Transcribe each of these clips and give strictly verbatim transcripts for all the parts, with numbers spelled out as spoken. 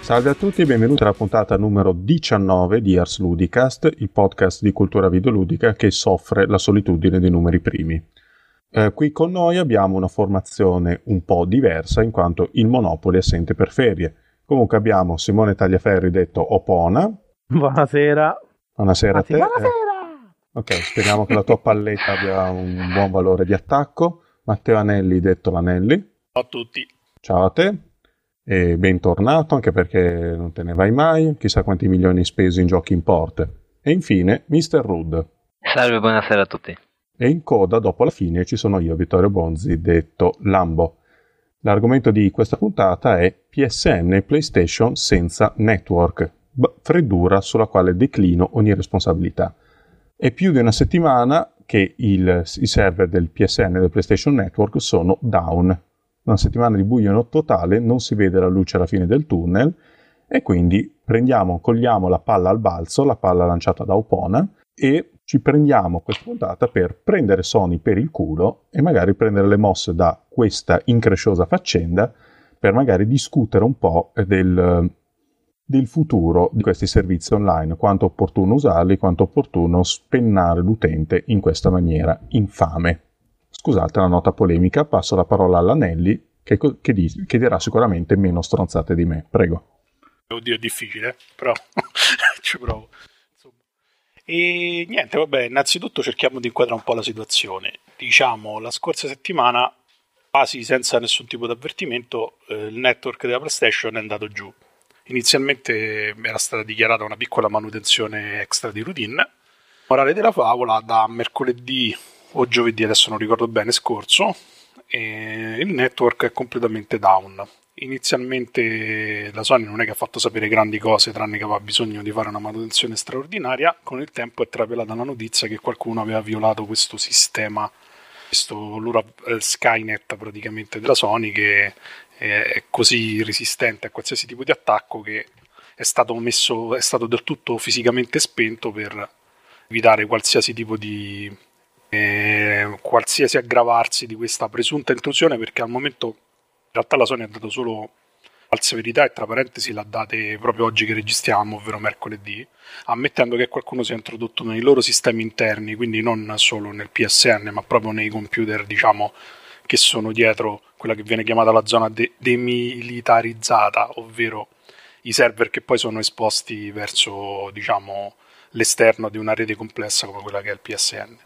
Salve a tutti e benvenuti alla puntata numero diciannove di Ars Ludicast, il podcast di cultura videoludica che soffre la solitudine dei numeri primi. Eh, qui con noi abbiamo una formazione un po' diversa in quanto il Monopoli è assente per ferie. Comunque abbiamo Simone Tagliaferri detto Opona. Buonasera. Buonasera a te. Buonasera. Eh, ok, speriamo che la tua palletta abbia un buon valore di attacco. Matteo Anelli detto Lanelli. Ciao a tutti. Ciao a te. E bentornato, anche perché non te ne vai mai, chissà quanti milioni spesi in giochi in port. E infine mister Rudd. Salve, buonasera a tutti. E in coda, dopo la fine, ci sono io, Vittorio Bonzi, detto Lambo. L'argomento di questa puntata è P S N e PlayStation senza network, freddura sulla quale declino ogni responsabilità. È più di una settimana che il, i server del P S N e del PlayStation Network sono down. Una settimana di buio totale, non si vede la luce alla fine del tunnel e quindi prendiamo, cogliamo la palla al balzo, la palla lanciata da Opona e ci prendiamo questa puntata per prendere Sony per il culo e magari prendere le mosse da questa incresciosa faccenda per magari discutere un po' del, del futuro di questi servizi online, quanto è opportuno usarli, quanto è opportuno spennare l'utente in questa maniera infame. Scusate la nota polemica, passo la parola all'Anelli che, che, di, che dirà sicuramente meno stronzate di me. Prego. Oddio, è difficile, però ci provo. Insomma. E niente, vabbè, innanzitutto cerchiamo di inquadrare un po' la situazione. Diciamo, la scorsa settimana, quasi senza nessun tipo di avvertimento, eh, il network della PlayStation è andato giù. Inizialmente era stata dichiarata una piccola manutenzione extra di routine. Morale della favola, da mercoledì o giovedì, adesso non ricordo bene, scorso, e il network è completamente down. Inizialmente la Sony non è che ha fatto sapere grandi cose, tranne che aveva bisogno di fare una manutenzione straordinaria. Con il tempo è travelata la notizia che qualcuno aveva violato questo sistema, questo loro Skynet praticamente della Sony, che è così resistente a qualsiasi tipo di attacco che è stato messo, è stato del tutto fisicamente spento per evitare qualsiasi tipo di Eh, qualsiasi aggravarsi di questa presunta intrusione, perché al momento in realtà la Sony ha dato solo false verità e tra parentesi l'ha date proprio oggi che registriamo, ovvero mercoledì, ammettendo che qualcuno sia introdotto nei loro sistemi interni, quindi non solo nel P S N ma proprio nei computer, diciamo, che sono dietro quella che viene chiamata la zona de- demilitarizzata, ovvero i server che poi sono esposti verso, diciamo, l'esterno di una rete complessa come quella che è il P S N.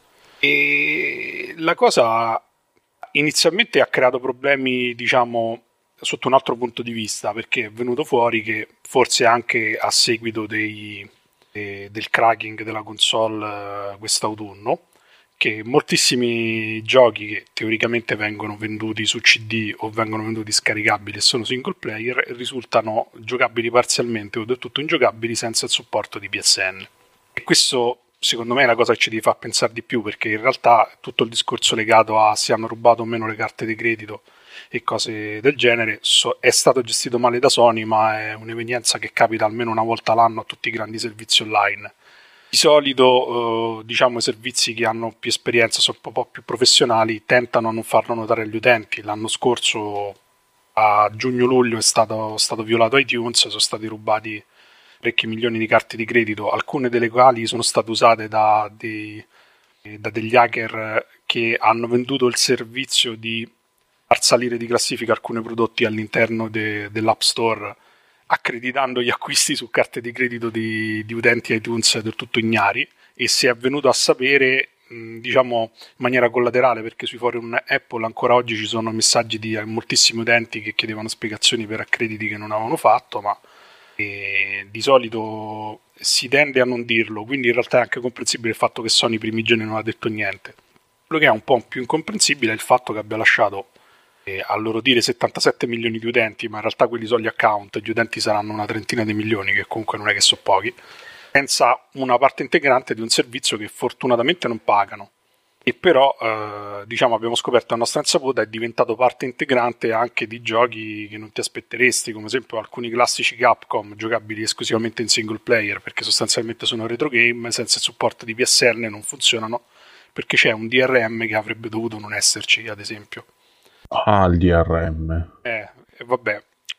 E la cosa inizialmente ha creato problemi, diciamo, sotto un altro punto di vista, perché è venuto fuori che forse anche a seguito dei, eh, del cracking della console eh, quest'autunno, che moltissimi giochi che teoricamente vengono venduti su C D o vengono venduti scaricabili e sono single player risultano giocabili parzialmente o del tutto ingiocabili senza il supporto di P S N. E questo secondo me è la cosa che ci deve far pensare di più, perché in realtà tutto il discorso legato a se hanno rubato o meno le carte di credito e cose del genere so, è stato gestito male da Sony, ma è un'evenienza che capita almeno una volta l'anno a tutti i grandi servizi online. Di solito eh, diciamo i servizi che hanno più esperienza, sono un po' più professionali, tentano a non farlo notare agli utenti. L'anno scorso a giugno-luglio è stato, stato violato iTunes, sono stati rubati parecchi milioni di carte di credito, alcune delle quali sono state usate da, dei, da degli hacker che hanno venduto il servizio di far salire di classifica alcuni prodotti all'interno de, dell'App Store, accreditando gli acquisti su carte di credito di, di utenti iTunes del tutto ignari, e si è venuto a sapere, mh, diciamo in maniera collaterale, perché sui forum Apple ancora oggi ci sono messaggi di moltissimi utenti che chiedevano spiegazioni per accrediti che non avevano fatto, ma e di solito si tende a non dirlo, quindi in realtà è anche comprensibile il fatto che Sony i primi giorni non ha detto niente. Quello che è un po' più incomprensibile è il fatto che abbia lasciato eh, a loro dire settantasette milioni di utenti, ma in realtà quelli sono gli account, gli utenti saranno una trentina di milioni, che comunque non è che so pochi, senza una parte integrante di un servizio che fortunatamente non pagano. E però eh, diciamo abbiamo scoperto a nostra insaputa è diventato parte integrante anche di giochi che non ti aspetteresti, come esempio alcuni classici Capcom giocabili esclusivamente in single player, perché sostanzialmente sono retro game, senza il supporto di P S N non funzionano, perché c'è un D R M che avrebbe dovuto non esserci, ad esempio. Ah, il D R M. Eh, vabbè,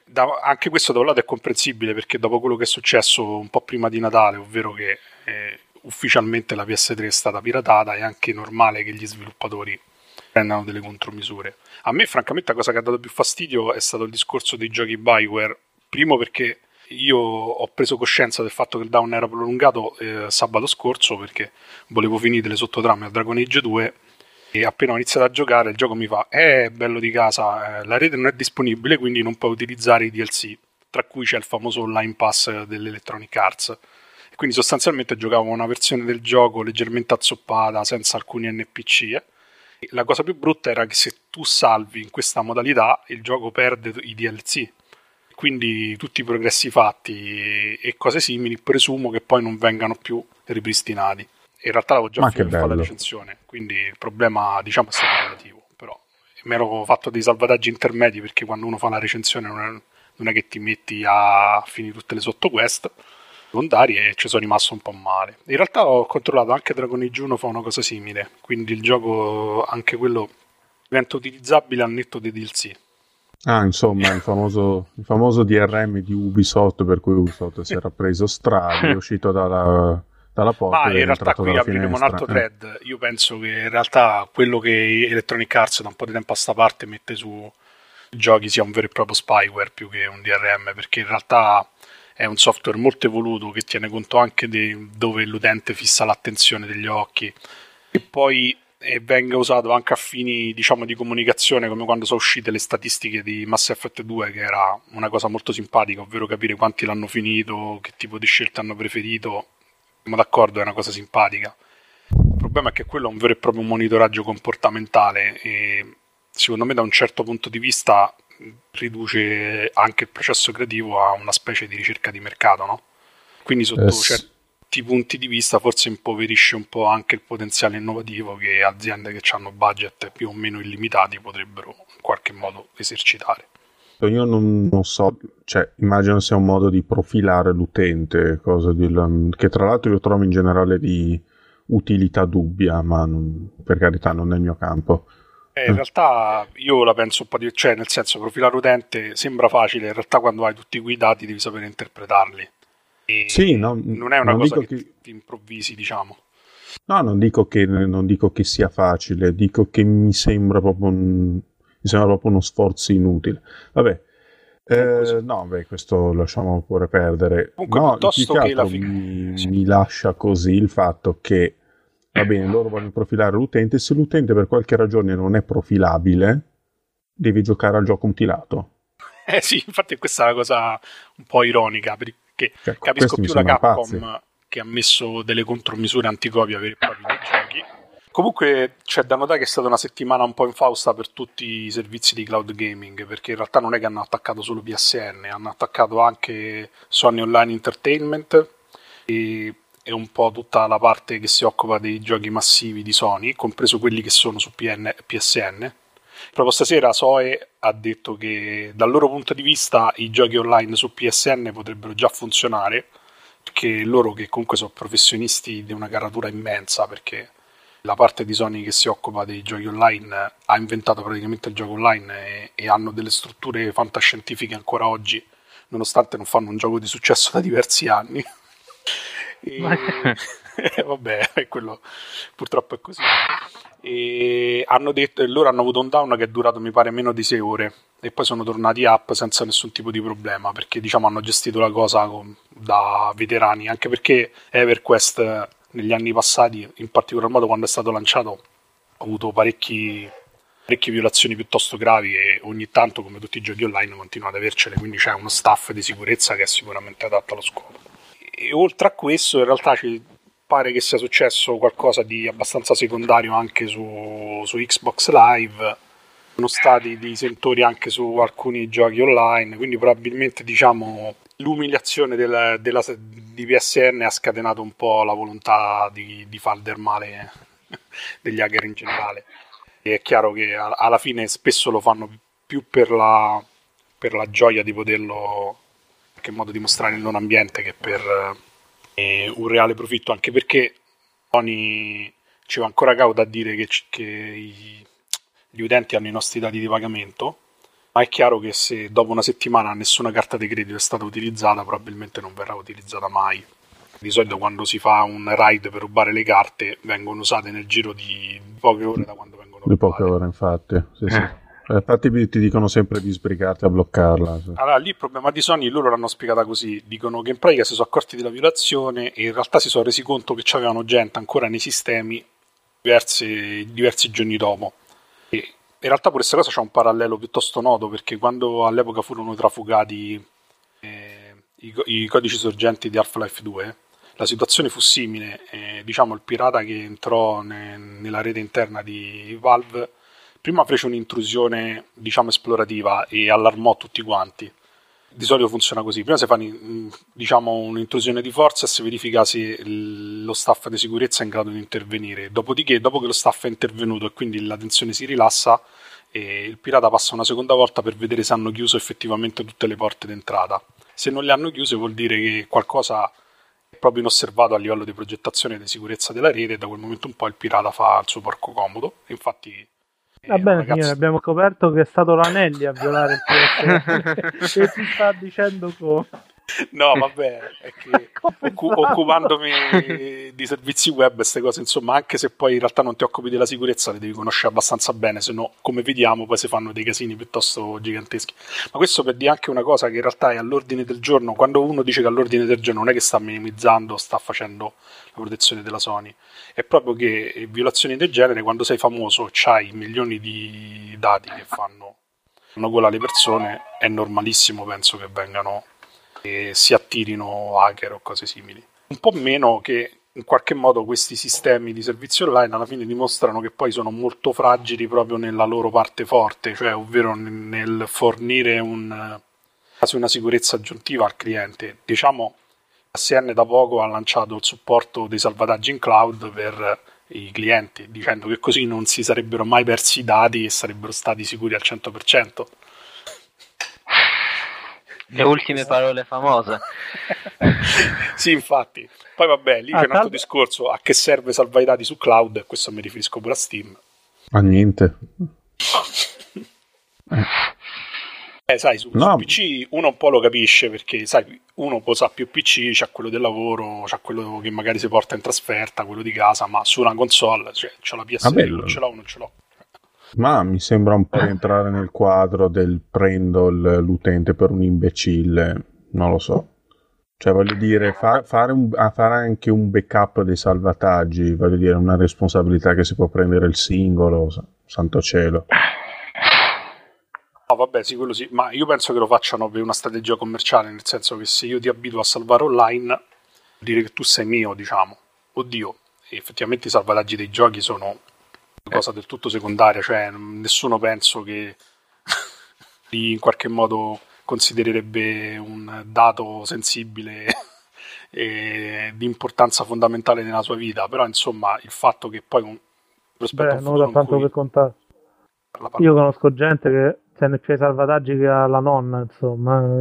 da, anche questo da un lato è comprensibile, perché dopo quello che è successo un po' prima di Natale, ovvero che eh, ufficialmente la P S tre è stata piratata, è anche normale che gli sviluppatori prendano delle contromisure. A me francamente la cosa che ha dato più fastidio è stato il discorso dei giochi Bioware, primo perché io ho preso coscienza del fatto che il down era prolungato eh, sabato scorso, perché volevo finire le sottotrame a Dragon Age due, e appena ho iniziato a giocare il gioco mi fa eh bello di casa, eh, la rete non è disponibile, quindi non puoi utilizzare i D L C, tra cui c'è il famoso online pass dell'Electronic Arts, e quindi sostanzialmente giocavo una versione del gioco leggermente azzoppata, senza alcuni N P C. eh. La cosa più brutta era che se tu salvi in questa modalità il gioco perde i D L C, quindi tutti i progressi fatti e cose simili presumo che poi non vengano più ripristinati. In realtà l'avevo già finito di fare la recensione, quindi il problema diciamo è stato relativo, però mi ero fatto dei salvataggi intermedi, perché quando uno fa la recensione non è, non è che ti metti a finire tutte le sottoquest secondarie, e ci sono rimasto un po' male. In realtà ho controllato anche Dragon Age uno, fa una cosa simile, quindi il gioco anche quello diventa utilizzabile al netto dei D L C. Ah, insomma, il famoso, il famoso D R M di Ubisoft, per cui Ubisoft si era preso strade, è uscito dalla, dalla porta. Ma in realtà qui apriremo un altro thread. Eh. Io penso che in realtà quello che Electronic Arts da un po' di tempo a sta parte mette su giochi sia un vero e proprio spyware più che un D R M, perché in realtà è un software molto evoluto che tiene conto anche di dove l'utente fissa l'attenzione degli occhi, e poi e venga usato anche a fini diciamo di comunicazione, come quando sono uscite le statistiche di Mass Effect due, che era una cosa molto simpatica, ovvero capire quanti l'hanno finito, che tipo di scelte hanno preferito. Siamo d'accordo, è una cosa simpatica. Il problema è che quello è un vero e proprio monitoraggio comportamentale, e secondo me da un certo punto di vista riduce anche il processo creativo a una specie di ricerca di mercato, no? Quindi sotto yes. certi punti di vista forse impoverisce un po' anche il potenziale innovativo che aziende che hanno budget più o meno illimitati potrebbero in qualche modo esercitare. Io non, non so, cioè immagino sia un modo di profilare l'utente, cosa di, che tra l'altro io trovo in generale di utilità dubbia, ma non, per carità non è il mio campo. Eh, in realtà io la penso un po' di... cioè nel senso, profilare l'utente sembra facile, in realtà quando hai tutti quei dati devi sapere interpretarli. E sì, no, non è una non cosa dico che, che ti improvvisi, diciamo. No, non dico che non dico che sia facile, dico che mi sembra proprio un, mi sembra proprio uno sforzo inutile. Vabbè, eh, no, beh, questo lasciamo pure perdere. Comunque, no, piuttosto che che la mi, fig- mi lascia così il fatto che va bene, loro vogliono profilare l'utente, se l'utente per qualche ragione non è profilabile, devi giocare al gioco mutilato. Eh sì, infatti questa è una cosa un po' ironica, perché Cioè, capisco più la Capcom pazzi. che ha messo delle contromisure anticopia per i propri giochi. Comunque c'è da notare che è stata una settimana un po' infausta per tutti i servizi di cloud gaming, perché in realtà non è che hanno attaccato solo P S N, hanno attaccato anche Sony Online Entertainment e, e un po' tutta la parte che si occupa dei giochi massivi di Sony, compreso quelli che sono su P N, P S N. Proprio stasera S O E ha detto che dal loro punto di vista i giochi online su P S N potrebbero già funzionare, perché loro, che comunque sono professionisti di una caratura immensa, perché la parte di Sony che si occupa dei giochi online ha inventato praticamente il gioco online e, e hanno delle strutture fantascientifiche ancora oggi, nonostante non fanno un gioco di successo da diversi anni. E, eh, vabbè, quello purtroppo è così. E hanno detto, e loro hanno avuto un down che è durato mi pare meno di sei ore, e poi sono tornati up senza nessun tipo di problema, perché diciamo hanno gestito la cosa con, da veterani, anche perché EverQuest negli anni passati, in particolar modo quando è stato lanciato, ha avuto parecchi, parecchie violazioni piuttosto gravi, e ogni tanto, come tutti i giochi online, continua ad avercele, quindi c'è uno staff di sicurezza che è sicuramente adatto allo scopo. E oltre a questo in realtà ci pare che sia successo qualcosa di abbastanza secondario anche su, su Xbox Live, sono stati dei sentori anche su alcuni giochi online, quindi probabilmente diciamo l'umiliazione del, della, di P S N ha scatenato un po' la volontà di, di far del male degli hacker in generale. E è chiaro che alla fine spesso lo fanno più per la, per la gioia di poterlo in qualche modo dimostrare il non ambiente che per eh, un reale profitto, anche perché Sony ci va ancora cauta a dire che, che i, gli utenti hanno i nostri dati di pagamento, Ma è chiaro che se dopo una settimana nessuna carta di credito è stata utilizzata, probabilmente non verrà utilizzata mai. Di solito quando si fa un raid per rubare le carte vengono usate nel giro di poche ore da quando vengono Di rubate. poche ore, infatti. Sì, sì. Infatti ti dicono sempre di sbrigarti a bloccarla. Sì. Allora, lì il problema di Sony, loro l'hanno spiegata così, dicono che in pratica si sono accorti della violazione e in realtà si sono resi conto che c'avevano gente ancora nei sistemi diversi, diversi giorni dopo. E in realtà pure questa cosa c'è un parallelo piuttosto noto, perché quando all'epoca furono trafugati eh, i, i codici sorgenti di Half-Life due, la situazione fu simile. Eh, diciamo il pirata che entrò ne, nella rete interna di Valve prima fece un'intrusione, diciamo, esplorativa e allarmò tutti quanti. Di solito funziona così: prima si fa, diciamo, un'intrusione di forza e si verifica se lo staff di sicurezza è in grado di intervenire. Dopodiché, dopo che lo staff è intervenuto e quindi la tensione si rilassa, e il pirata passa una seconda volta per vedere se hanno chiuso effettivamente tutte le porte d'entrata. Se non le hanno chiuse vuol dire che qualcosa è proprio inosservato a livello di progettazione e di sicurezza della rete, e da quel momento in poi il pirata fa il suo porco comodo. Infatti va bene, ragazzi, signore, abbiamo scoperto che è stato l'Anelli a violare il P S N e ci sta dicendo come. No, vabbè, è che occu- occupandomi di servizi web, queste cose, insomma, anche se poi in realtà non ti occupi della sicurezza, le devi conoscere abbastanza bene, se no, come vediamo, poi si fanno dei casini piuttosto giganteschi. Ma questo per dire anche una cosa che in realtà è all'ordine del giorno. Quando uno dice che è all'ordine del giorno, non è che sta minimizzando, sta facendo la protezione della Sony, è proprio che violazioni del genere, quando sei famoso, c'hai milioni di dati che fanno, fanno gola alle persone, è normalissimo, penso, che vengano e si attirino hacker o cose simili. Un po' meno che in qualche modo questi sistemi di servizi online alla fine dimostrano che poi sono molto fragili proprio nella loro parte forte, cioè ovvero nel fornire un, quasi una sicurezza aggiuntiva al cliente. Diciamo, A S N da poco ha lanciato il supporto dei salvataggi in cloud per i clienti, dicendo che così non si sarebbero mai persi i dati e sarebbero stati sicuri al cento per cento. Le ultime parole famose. Sì, infatti. Poi vabbè, lì ah, c'è un altro tal... discorso: a che serve salvare i dati su cloud? E questo mi riferisco pure a Steam. A niente. Eh, sai, su, no. su P C uno un po' lo capisce, perché sai, uno può usare più P C, c'ha quello del lavoro, c'ha quello che magari si porta in trasferta, quello di casa, ma su una console, cioè, c'ho la P S tre, non ce l'ho, non ce l'ho. Ma mi sembra un po' entrare nel quadro del prendo l'utente per un imbecille, non lo so. Cioè, voglio dire, fa, fare, un, fare anche un backup dei salvataggi, voglio dire, è una responsabilità che si può prendere il singolo, santo cielo. No, vabbè, sì, quello sì, ma io penso che lo facciano per una strategia commerciale, nel senso che se io ti abituo a salvare online, vuol dire che tu sei mio, diciamo. Oddio, e effettivamente i salvataggi dei giochi sono cosa del tutto secondaria, cioè nessuno penso che in qualche modo considererebbe un dato sensibile e di importanza fondamentale nella sua vita, però insomma il fatto che poi un rispetto Beh, non da tanto cui... per contare. Io conosco gente che tiene più i salvataggi che ha la nonna, insomma.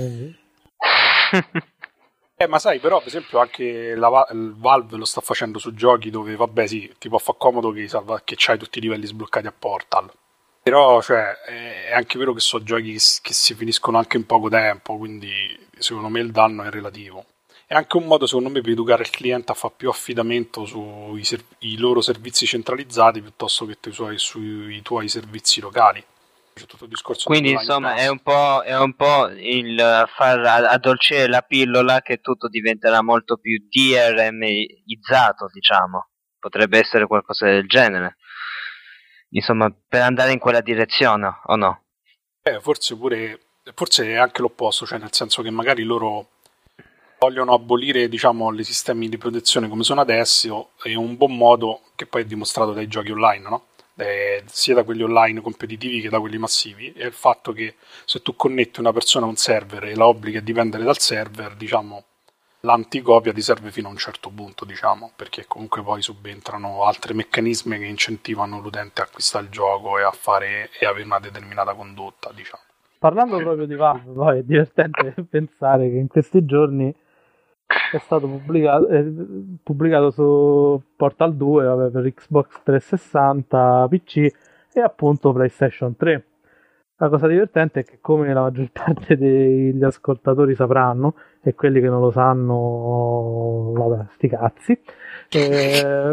Eh, ma sai, però, per esempio, anche la, il Valve lo sta facendo su giochi dove, vabbè, sì, ti può far comodo che, salva, che c'hai tutti i livelli sbloccati a Portal. Però, cioè, è anche vero che sono giochi che, che si finiscono anche in poco tempo, quindi, secondo me, il danno è relativo. È anche un modo, secondo me, per educare il cliente a fare più affidamento sui serv- loro servizi centralizzati piuttosto che tu, sui, sui tuoi servizi locali. C'è tutto il discorso. Quindi insomma è un po', è un po' il far addolcire la pillola, che tutto diventerà molto più D R M-izzato, diciamo. Potrebbe essere qualcosa del genere, insomma, per andare in quella direzione, o no? Eh, forse pure, forse è anche l'opposto, cioè nel senso che magari loro vogliono abolire, diciamo, i sistemi di protezione come sono adesso, è un buon modo, che poi è dimostrato dai giochi online, no? Eh, sia da quelli online competitivi che da quelli massivi, è il fatto che se tu connetti una persona a un server e la obblighi a dipendere dal server, diciamo, l'anticopia ti serve fino a un certo punto, diciamo, perché comunque poi subentrano altri meccanismi che incentivano l'utente a acquistare il gioco e a fare e avere una determinata condotta, diciamo. Parlando proprio di Valve, poi è divertente pensare che in questi giorni è stato pubblicato, è pubblicato su Portal due, vabbè, per Xbox trecentosessanta, P C e appunto PlayStation tre. La cosa divertente è che, come la maggior parte degli ascoltatori sapranno, e quelli che non lo sanno, vabbè, sti cazzi. Eh...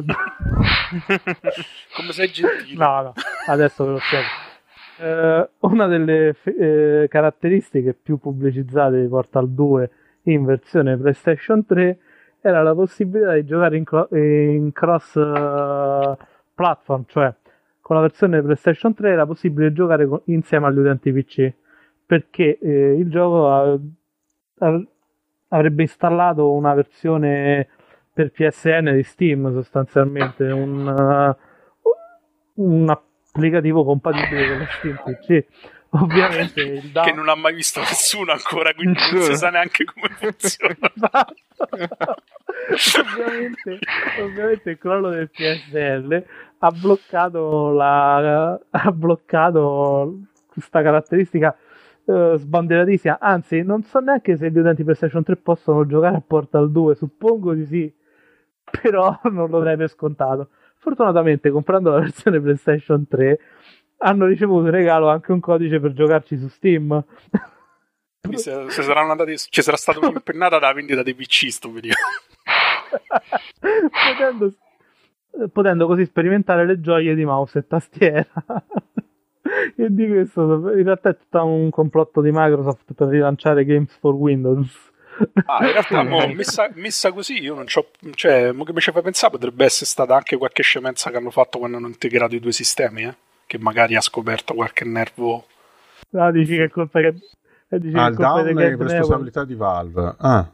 Come sei gentile. No, no, adesso ve lo spiego. Eh, una delle eh, caratteristiche più pubblicizzate di Portal due in versione PlayStation tre era la possibilità di giocare in, cro- in cross uh, platform, cioè con la versione PlayStation tre era possibile giocare con- insieme agli utenti P C, perché eh, il gioco ha, ha, avrebbe installato una versione per P S N di Steam, sostanzialmente un, uh, un applicativo compatibile con lo Steam P C. Ovviamente il down... che non ha mai visto nessuno ancora, quindi non si sa neanche come funziona. ovviamente, ovviamente il crollo del P S N ha bloccato la ha bloccato questa caratteristica uh, sbandieratissima. Anzi, non so neanche se gli utenti PlayStation tre possono giocare a Portal due, suppongo di sì, però non lo darei per scontato. Fortunatamente, comprando la versione PlayStation tre, hanno ricevuto in regalo anche un codice per giocarci su Steam. Quindi se, se saranno andati, ci sarà stata un'impennata dalla vendita dei P C sto periodo. potendo, potendo così sperimentare le gioie di mouse e tastiera. E di questo in realtà è tutto un complotto di Microsoft per rilanciare Games for Windows. Ah, in realtà mo, messa, messa così io non c'ho, cioè, mo che mi ci fai pensare, potrebbe essere stata anche qualche scemenza che hanno fatto quando hanno integrato i due sistemi, eh? Che magari ha scoperto qualche nervo. No, dici che è colpa che dici ah, che il è colpa down di è responsabilità di Valve. Ah.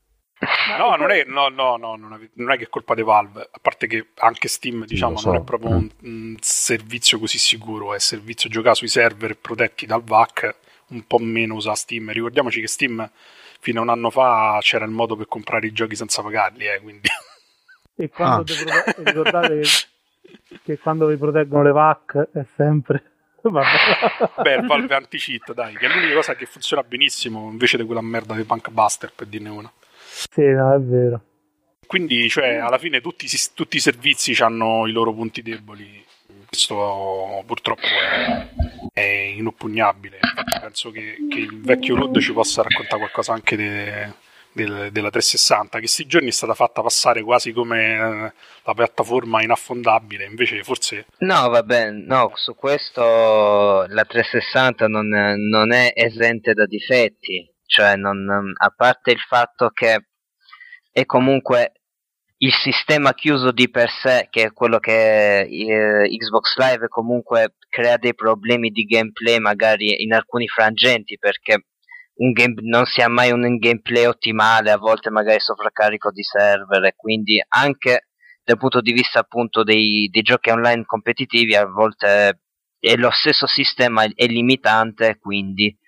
No, non è, no, no, no, non è, non è che è colpa di Valve, a parte che anche Steam, diciamo, so. non è proprio un, un servizio così sicuro, è servizio gioca sui server protetti dal V A C, un po' meno usa Steam. Ricordiamoci che Steam fino a un anno fa c'era il modo per comprare i giochi senza pagarli, eh, quindi. E quando ah. prote- ricordate che, che quando vi proteggono le V A C è sempre... Vabbè. Beh, il Valve anti-cheat, dai, che è l'unica cosa che funziona benissimo invece di quella merda di Punkbuster, per dirne una. Sì, no, è vero. Quindi, cioè, alla fine tutti, tutti i servizi hanno i loro punti deboli. Questo purtroppo è, è inoppugnabile. Infatti penso che, che il vecchio Rud ci possa raccontare qualcosa anche de, de, della trecentosessanta, che sti giorni è stata fatta passare quasi come la piattaforma inaffondabile, invece forse... No, vabbè, no, su questo la trecentosessanta non, non è esente da difetti. Cioè, non, a parte il fatto che è comunque il sistema chiuso di per sé, che è quello che eh, Xbox Live comunque crea dei problemi di gameplay magari in alcuni frangenti, perché un game, non si ha mai un gameplay ottimale, a volte magari sovraccarico di server, e quindi anche dal punto di vista appunto dei, dei giochi online competitivi a volte è lo stesso sistema, è limitante, quindi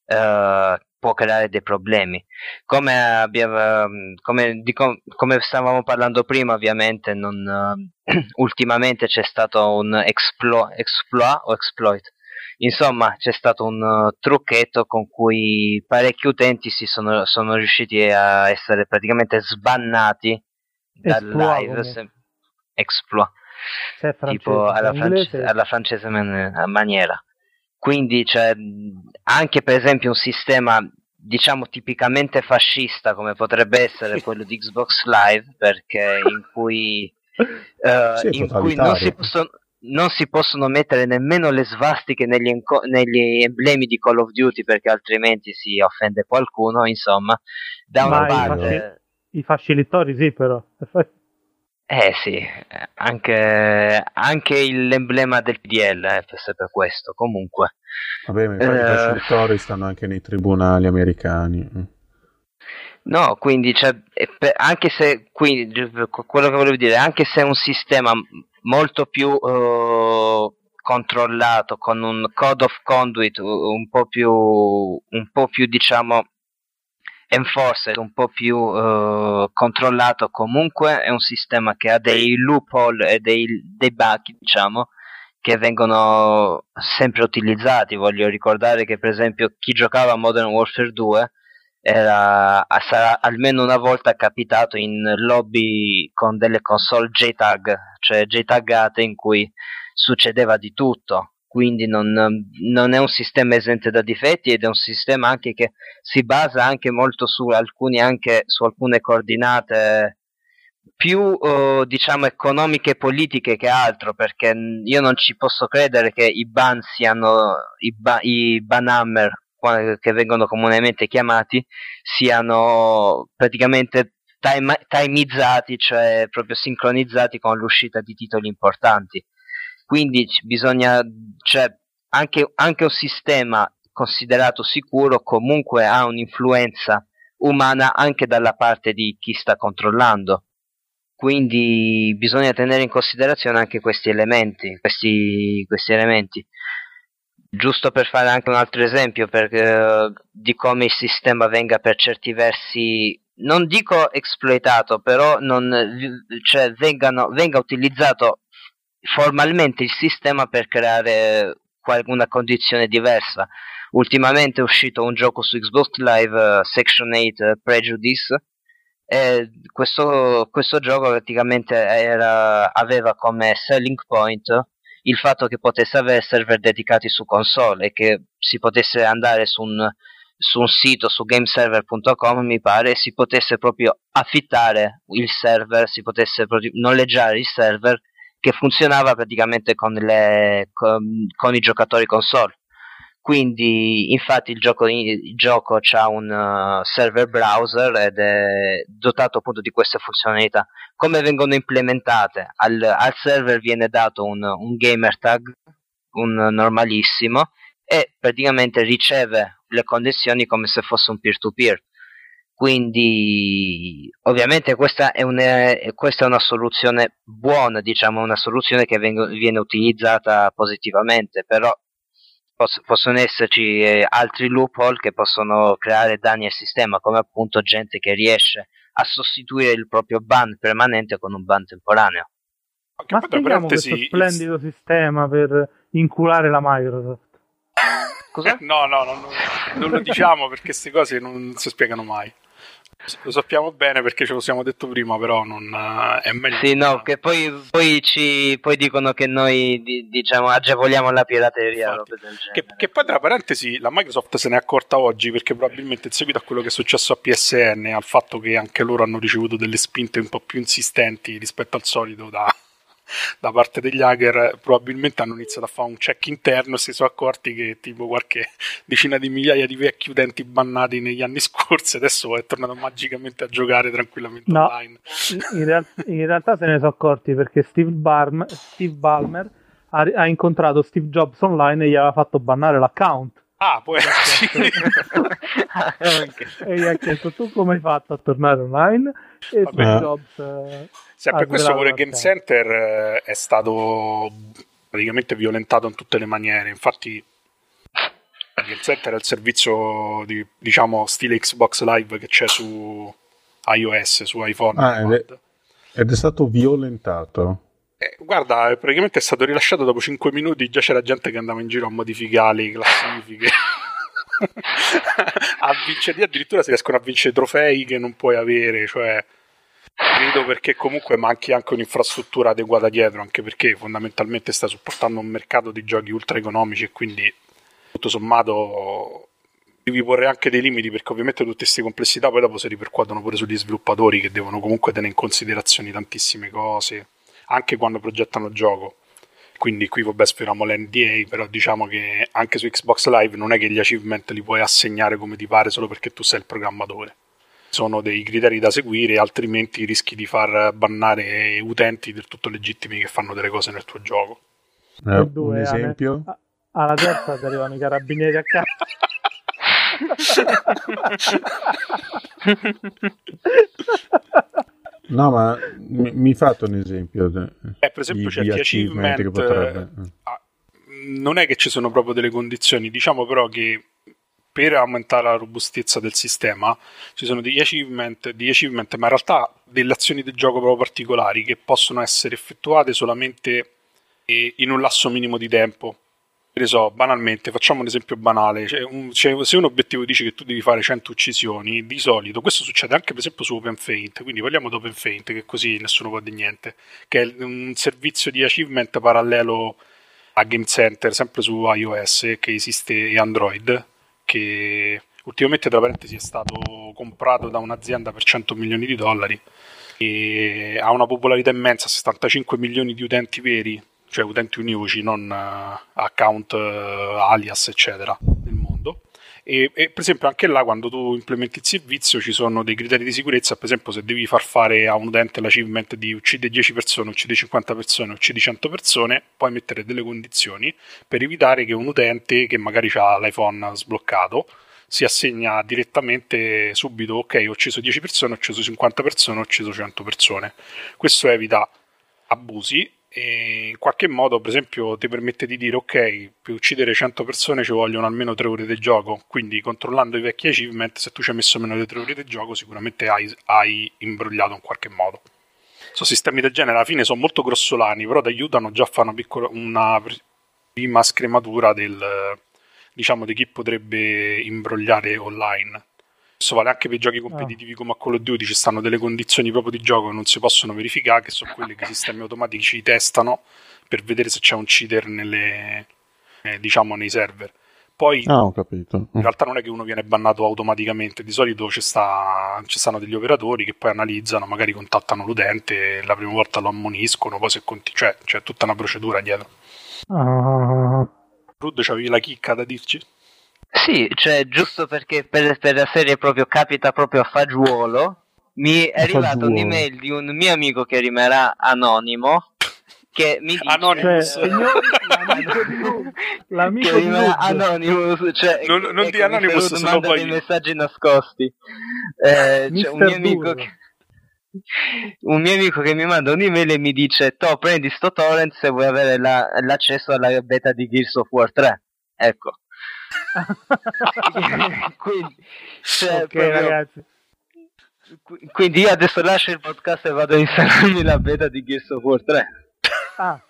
eh, può creare dei problemi. Come abbiamo, come, di, come stavamo parlando prima, ovviamente non, uh, ultimamente c'è stato un explo, exploit o exploit, insomma c'è stato un uh, trucchetto con cui parecchi utenti si sono, sono riusciti a essere praticamente sbannati dal Exploit, live. come... Se, exploit, cioè, francese, tipo alla, inglese... france, alla francese man- maniera. Quindi c'è anche per esempio un sistema diciamo tipicamente fascista come potrebbe essere quello di Xbox Live, perché in cui, uh, sì, in cui non, si possono, non si possono mettere nemmeno le svastiche negli, enco- negli emblemi di Call of Duty, perché altrimenti si offende qualcuno, insomma. Da una Ma parte... i, fasci- i fascilitori sì, però... Eh sì, anche, anche l'emblema del P D L è sempre questo, comunque. Vabbè, ma infatti uh, i facilitatori stanno anche nei tribunali americani. No, quindi cioè, anche se, quindi, quello che volevo dire, anche se è un sistema molto più uh, controllato, con un code of conduit un po' più, un po' più diciamo, enforced, un po' più uh, controllato, comunque è un sistema che ha dei loophole e dei, dei bug, diciamo, che vengono sempre utilizzati. Voglio ricordare che per esempio chi giocava a Modern Warfare due era sarà almeno una volta capitato in lobby con delle console J-tag, cioè J-taggate, in cui succedeva di tutto. quindi non, non è un sistema esente da difetti, ed è un sistema anche che si basa anche molto su alcuni anche su alcune coordinate più eh, diciamo economiche e politiche che altro, perché io non ci posso credere che i ban siano i, ba- i banhammer, che vengono comunemente chiamati, siano praticamente time- timeizzati, cioè proprio sincronizzati con l'uscita di titoli importanti. Quindi bisogna, cioè anche, anche un sistema considerato sicuro comunque ha un'influenza umana anche dalla parte di chi sta controllando. Quindi bisogna tenere in considerazione anche questi elementi, questi, questi elementi. Giusto per fare anche un altro esempio per, uh, di come il sistema venga per certi versi, non dico esploitato, però non, cioè vengano, venga utilizzato formalmente il sistema per creare una condizione diversa. Ultimamente è uscito un gioco su Xbox Live, uh, Section otto uh, Prejudice, e questo, questo gioco praticamente era, aveva come selling point il fatto che potesse avere server dedicati su console e che si potesse andare su un, su un sito, su gameserver punto com mi pare, e si potesse proprio affittare il server, si potesse proprio noleggiare il server, che funzionava praticamente con, le, con, con i giocatori console. Quindi infatti il gioco, il gioco ha un uh, server browser ed è dotato appunto di queste funzionalità. Come vengono implementate? Al, al server viene dato un, un gamer tag, un normalissimo, e praticamente riceve le connessioni come se fosse un peer-to-peer. Quindi ovviamente questa è, una, questa è una soluzione buona, diciamo, una soluzione che vengo, viene utilizzata positivamente, però possono esserci eh, altri loophole che possono creare danni al sistema, come appunto gente che riesce a sostituire il proprio ban permanente con un ban temporaneo. Okay, ma spieghiamo questo splendido il... sistema per inculare la Microsoft. Cosa? No, no, no, no, non lo diciamo perché queste cose non si spiegano mai. Lo sappiamo bene perché ce lo siamo detto prima, però non uh, è meglio. Sì, no, che poi, poi ci poi dicono che noi di, diciamo agevoliamo la pirateria. Robe del che, che poi tra parentesi la Microsoft se ne è accorta oggi, perché probabilmente in seguito a quello che è successo a P S N, al fatto che anche loro hanno ricevuto delle spinte un po' più insistenti rispetto al solito da, da parte degli hacker, probabilmente hanno iniziato a fare un check interno e si sono accorti che tipo qualche decina di migliaia di vecchi utenti bannati negli anni scorsi adesso è tornato magicamente a giocare tranquillamente no, online. In, real- in realtà se ne sono accorti perché Steve, Barm- Steve Ballmer ha, ha incontrato Steve Jobs online e gli aveva fatto bannare l'account. Ah, poi e gli ha chiesto: tu come hai fatto a tornare online? E Vabbè. Steve Jobs eh, sì, per questo pure Game Center eh, è stato praticamente violentato in tutte le maniere. Infatti Game Center è il servizio di, diciamo, stile Xbox Live che c'è su iOS, su iPhone. Ah, ed, è, ed è stato violentato. Eh, guarda, praticamente è stato rilasciato dopo cinque minuti, già c'era gente che andava in giro a modificare le classifiche. A vincere, addirittura si riescono a vincere trofei che non puoi avere, cioè credo perché comunque manchi anche un'infrastruttura adeguata dietro, anche perché fondamentalmente sta supportando un mercato di giochi ultra economici e quindi tutto sommato devi porre anche dei limiti, perché ovviamente tutte queste complessità poi dopo si ripercuotono pure sugli sviluppatori che devono comunque tenere in considerazione tantissime cose anche quando progettano il gioco. Quindi qui vabbè sferiamo l'N D A, però diciamo che anche su Xbox Live non è che gli achievement li puoi assegnare come ti pare solo perché tu sei il programmatore. Sono dei criteri da seguire, altrimenti rischi di far bannare utenti del tutto legittimi che fanno delle cose nel tuo gioco. Eh, due, un esempio? A, alla terza ti arrivano i carabinieri a casa. No, ma mi, mi fate un esempio? Eh, per esempio, c'è certi achievement, che potrebbe... non è che ci sono proprio delle condizioni, diciamo però che per aumentare la robustezza del sistema ci sono degli achievement, degli achievement, ma in realtà delle azioni del gioco proprio particolari che possono essere effettuate solamente in un lasso minimo di tempo. Per esempio, banalmente, facciamo un esempio banale, cioè un, cioè, se un obiettivo dice che tu devi fare cento uccisioni, di solito, questo succede anche per esempio su OpenFaint, quindi parliamo di OpenFaint, che così nessuno può dire niente, che è un servizio di achievement parallelo a Game Center, sempre su iOS, che esiste, e Android, che ultimamente, tra parentesi, è stato comprato da un'azienda per cento milioni di dollari e ha una popolarità immensa, settantacinque milioni di utenti veri, cioè utenti univoci, non uh, account uh, alias eccetera nel mondo. E, e per esempio anche là, quando tu implementi il servizio, ci sono dei criteri di sicurezza. Per esempio, se devi far fare a un utente l'achievement di uccide dieci persone, uccide cinquanta persone, uccide cento persone, puoi mettere delle condizioni per evitare che un utente che magari ha l'iPhone sbloccato si assegna direttamente subito: ok, ho ucciso dieci persone, ho ucciso cinquanta persone, ho ucciso cento persone. Questo evita abusi e in qualche modo, per esempio, ti permette di dire: ok, per uccidere cento persone ci vogliono almeno tre ore di gioco, quindi controllando i vecchi achievement, se tu ci hai messo meno di tre ore di gioco, sicuramente hai, hai imbrogliato in qualche modo. So, sistemi del genere alla fine sono molto grossolani, però ti aiutano già a fare una piccola, una prima scrematura del, diciamo, di chi potrebbe imbrogliare online. Questo vale anche per i giochi competitivi come a Call of Duty. Ci stanno delle condizioni proprio di gioco che non si possono verificare, che sono quelle che i sistemi automatici testano per vedere se c'è un cheater nelle, eh, diciamo, nei server. Poi ah, ho capito. In realtà non è che uno viene bannato automaticamente, di solito ci, sta, ci stanno degli operatori che poi analizzano, magari contattano l'utente, la prima volta lo ammoniscono, poi se conti- cioè c'è tutta una procedura dietro. Uh... Rud, c'avevi la chicca da dirci? Sì, cioè giusto perché per, per la serie proprio capita proprio a fagiolo, mi è arrivata un'email di un mio amico che rimarrà anonimo, che mi dice Anonymous, cioè, signori, l'amico di lui, l'amico che di rimane Anonymous, cioè non, non ecco, di Anonymous, se no manda poi dei messaggi nascosti. Eh, c'è un mio amico che, un mio amico che mi manda un'email e mi dice: to, prendi sto torrent se vuoi avere la, l'accesso alla beta di Gears of War tre. Ecco. Quindi, cioè, ok, proprio, ragazzi, quindi io adesso lascio il podcast e vado a installarmi la beta di Gears of War tre. ah.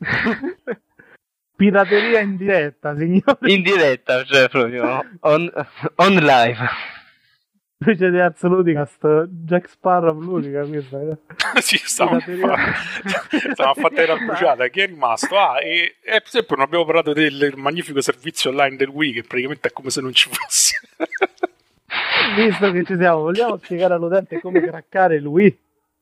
Pirateria in diretta, signori, in diretta, cioè proprio on, on live. invece di Ars Ludicast, Jack Sparrow l'unica questa. Sì, stiamo a fare la bruciata. Chi è rimasto? Ah, e, e per esempio non abbiamo parlato del magnifico servizio online del Wii, che praticamente è come se non ci fosse. Visto che ci siamo, vogliamo spiegare all'utente come craccare il Wii?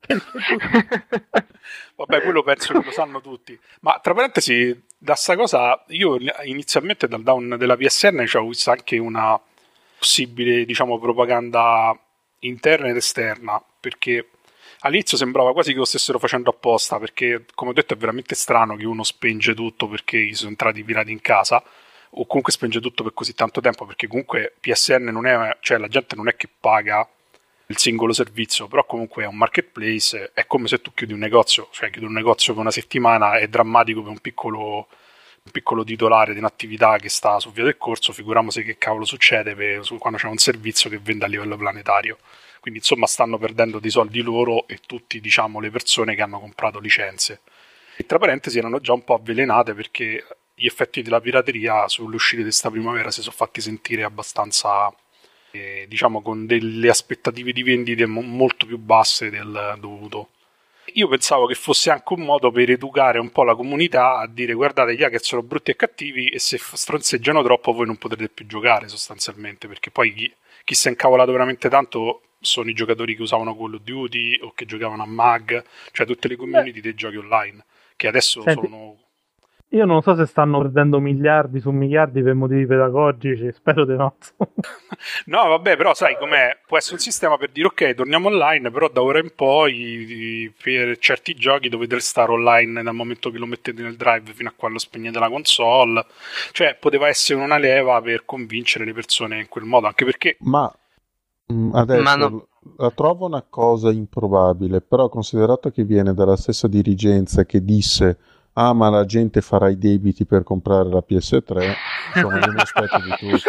Vabbè, quello penso che lo sanno tutti. Ma tra parentesi, da sta cosa, io inizialmente dal down della P S N ci ho visto anche una possibile, diciamo, propaganda interna ed esterna, perché all'inizio sembrava quasi che lo stessero facendo apposta, perché come ho detto è veramente strano che uno spenge tutto perché gli sono entrati i pirati in casa, o comunque spenge tutto per così tanto tempo, perché comunque P S N non è, cioè la gente non è che paga il singolo servizio, però comunque è un marketplace, è come se tu chiudi un negozio, cioè chiudi un negozio per una settimana, è drammatico per un piccolo un piccolo titolare di un'attività che sta su via del corso, figuriamoci che cavolo succede per, su, quando c'è un servizio che vende a livello planetario. Quindi insomma stanno perdendo dei soldi loro e tutti, diciamo, le persone che hanno comprato licenze. E tra parentesi erano già un po' avvelenate, perché gli effetti della pirateria sulle uscite di questa primavera si sono fatti sentire abbastanza, eh, diciamo, con delle aspettative di vendite mo- molto più basse del dovuto. Io pensavo che fosse anche un modo per educare un po' la comunità a dire: guardate, gli hacker sono brutti e cattivi e se stronzeggiano troppo voi non potrete più giocare, sostanzialmente, perché poi chi, chi si è incavolato veramente tanto sono i giocatori che usavano Call of Duty o che giocavano a Mag, cioè tutte le community dei giochi online, che adesso Senti, sono... Io non so se stanno perdendo miliardi su miliardi per motivi pedagogici, spero di no. No, vabbè, però sai com'è? Può essere un sistema per dire: ok, torniamo online, però da ora in poi per certi giochi dovete restare online dal momento che lo mettete nel drive fino a quando spegnete la console. Cioè, poteva essere una leva per convincere le persone in quel modo, anche perché... Ma mh, adesso Ma no... la trovo una cosa improbabile, però considerato che viene dalla stessa dirigenza che disse: ah, ma la gente farà i debiti per comprare la P S tre, insomma io mi aspetto di tutto.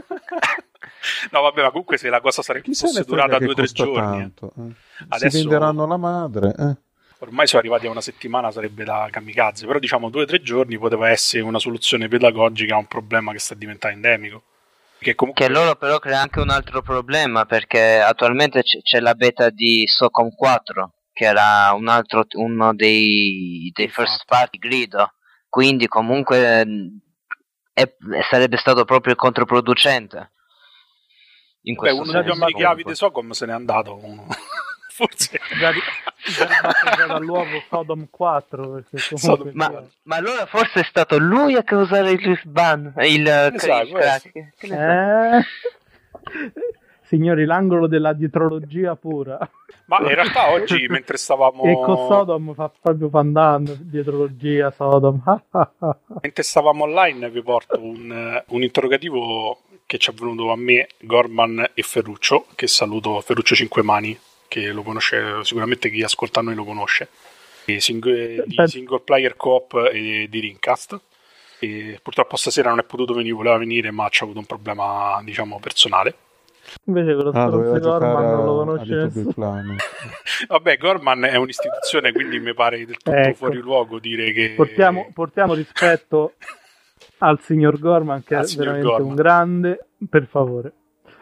No, vabbè, ma comunque se la cosa sarebbe fosse durata due o tre giorni, tanto, eh. Adesso... si venderanno la madre, eh. Ormai sono arrivati a una settimana, sarebbe la kamikaze, però diciamo due o tre giorni poteva essere una soluzione pedagogica a un problema che sta diventando endemico. Che, comunque... che loro però crea anche un altro problema, perché attualmente c- c'è la beta di SOCOM quattro, che era un altro, uno dei, dei first party grido, quindi comunque è, sarebbe stato proprio controproducente. In Beh, uno degli uomini comunque. chiavi di Socom se n'è andato uno. Forse già, di, già, già dall'uovo Sodom quattro, perché Sodom ma, ma allora forse è stato lui a causare il ban, il, il sa, crack. Che ne so? eh? Signori, l'angolo della dietrologia pura. ma in realtà oggi mentre stavamo E con Sodom fa proprio pandan, dietrologia, Sodom. mentre stavamo online vi porto un, un interrogativo che ci è venuto a me, Gorman e Ferruccio, che saluto, Ferruccio Cinquemani, che lo conosce, sicuramente chi ascolta noi lo conosce, e sing- di Single Player Co-op e di Rincast. E purtroppo stasera non è potuto venire, voleva venire, ma c'ha avuto un problema, diciamo, personale. Invece quello Ah, doveva stronzo Gorman giocare non lo a conosce Little nessuno. Big Planet. Vabbè, Gorman è un'istituzione, quindi mi pare del tutto Ecco. fuori luogo dire che... Portiamo, portiamo rispetto al signor Gorman, che Al è signor veramente Gorman. un grande, per favore.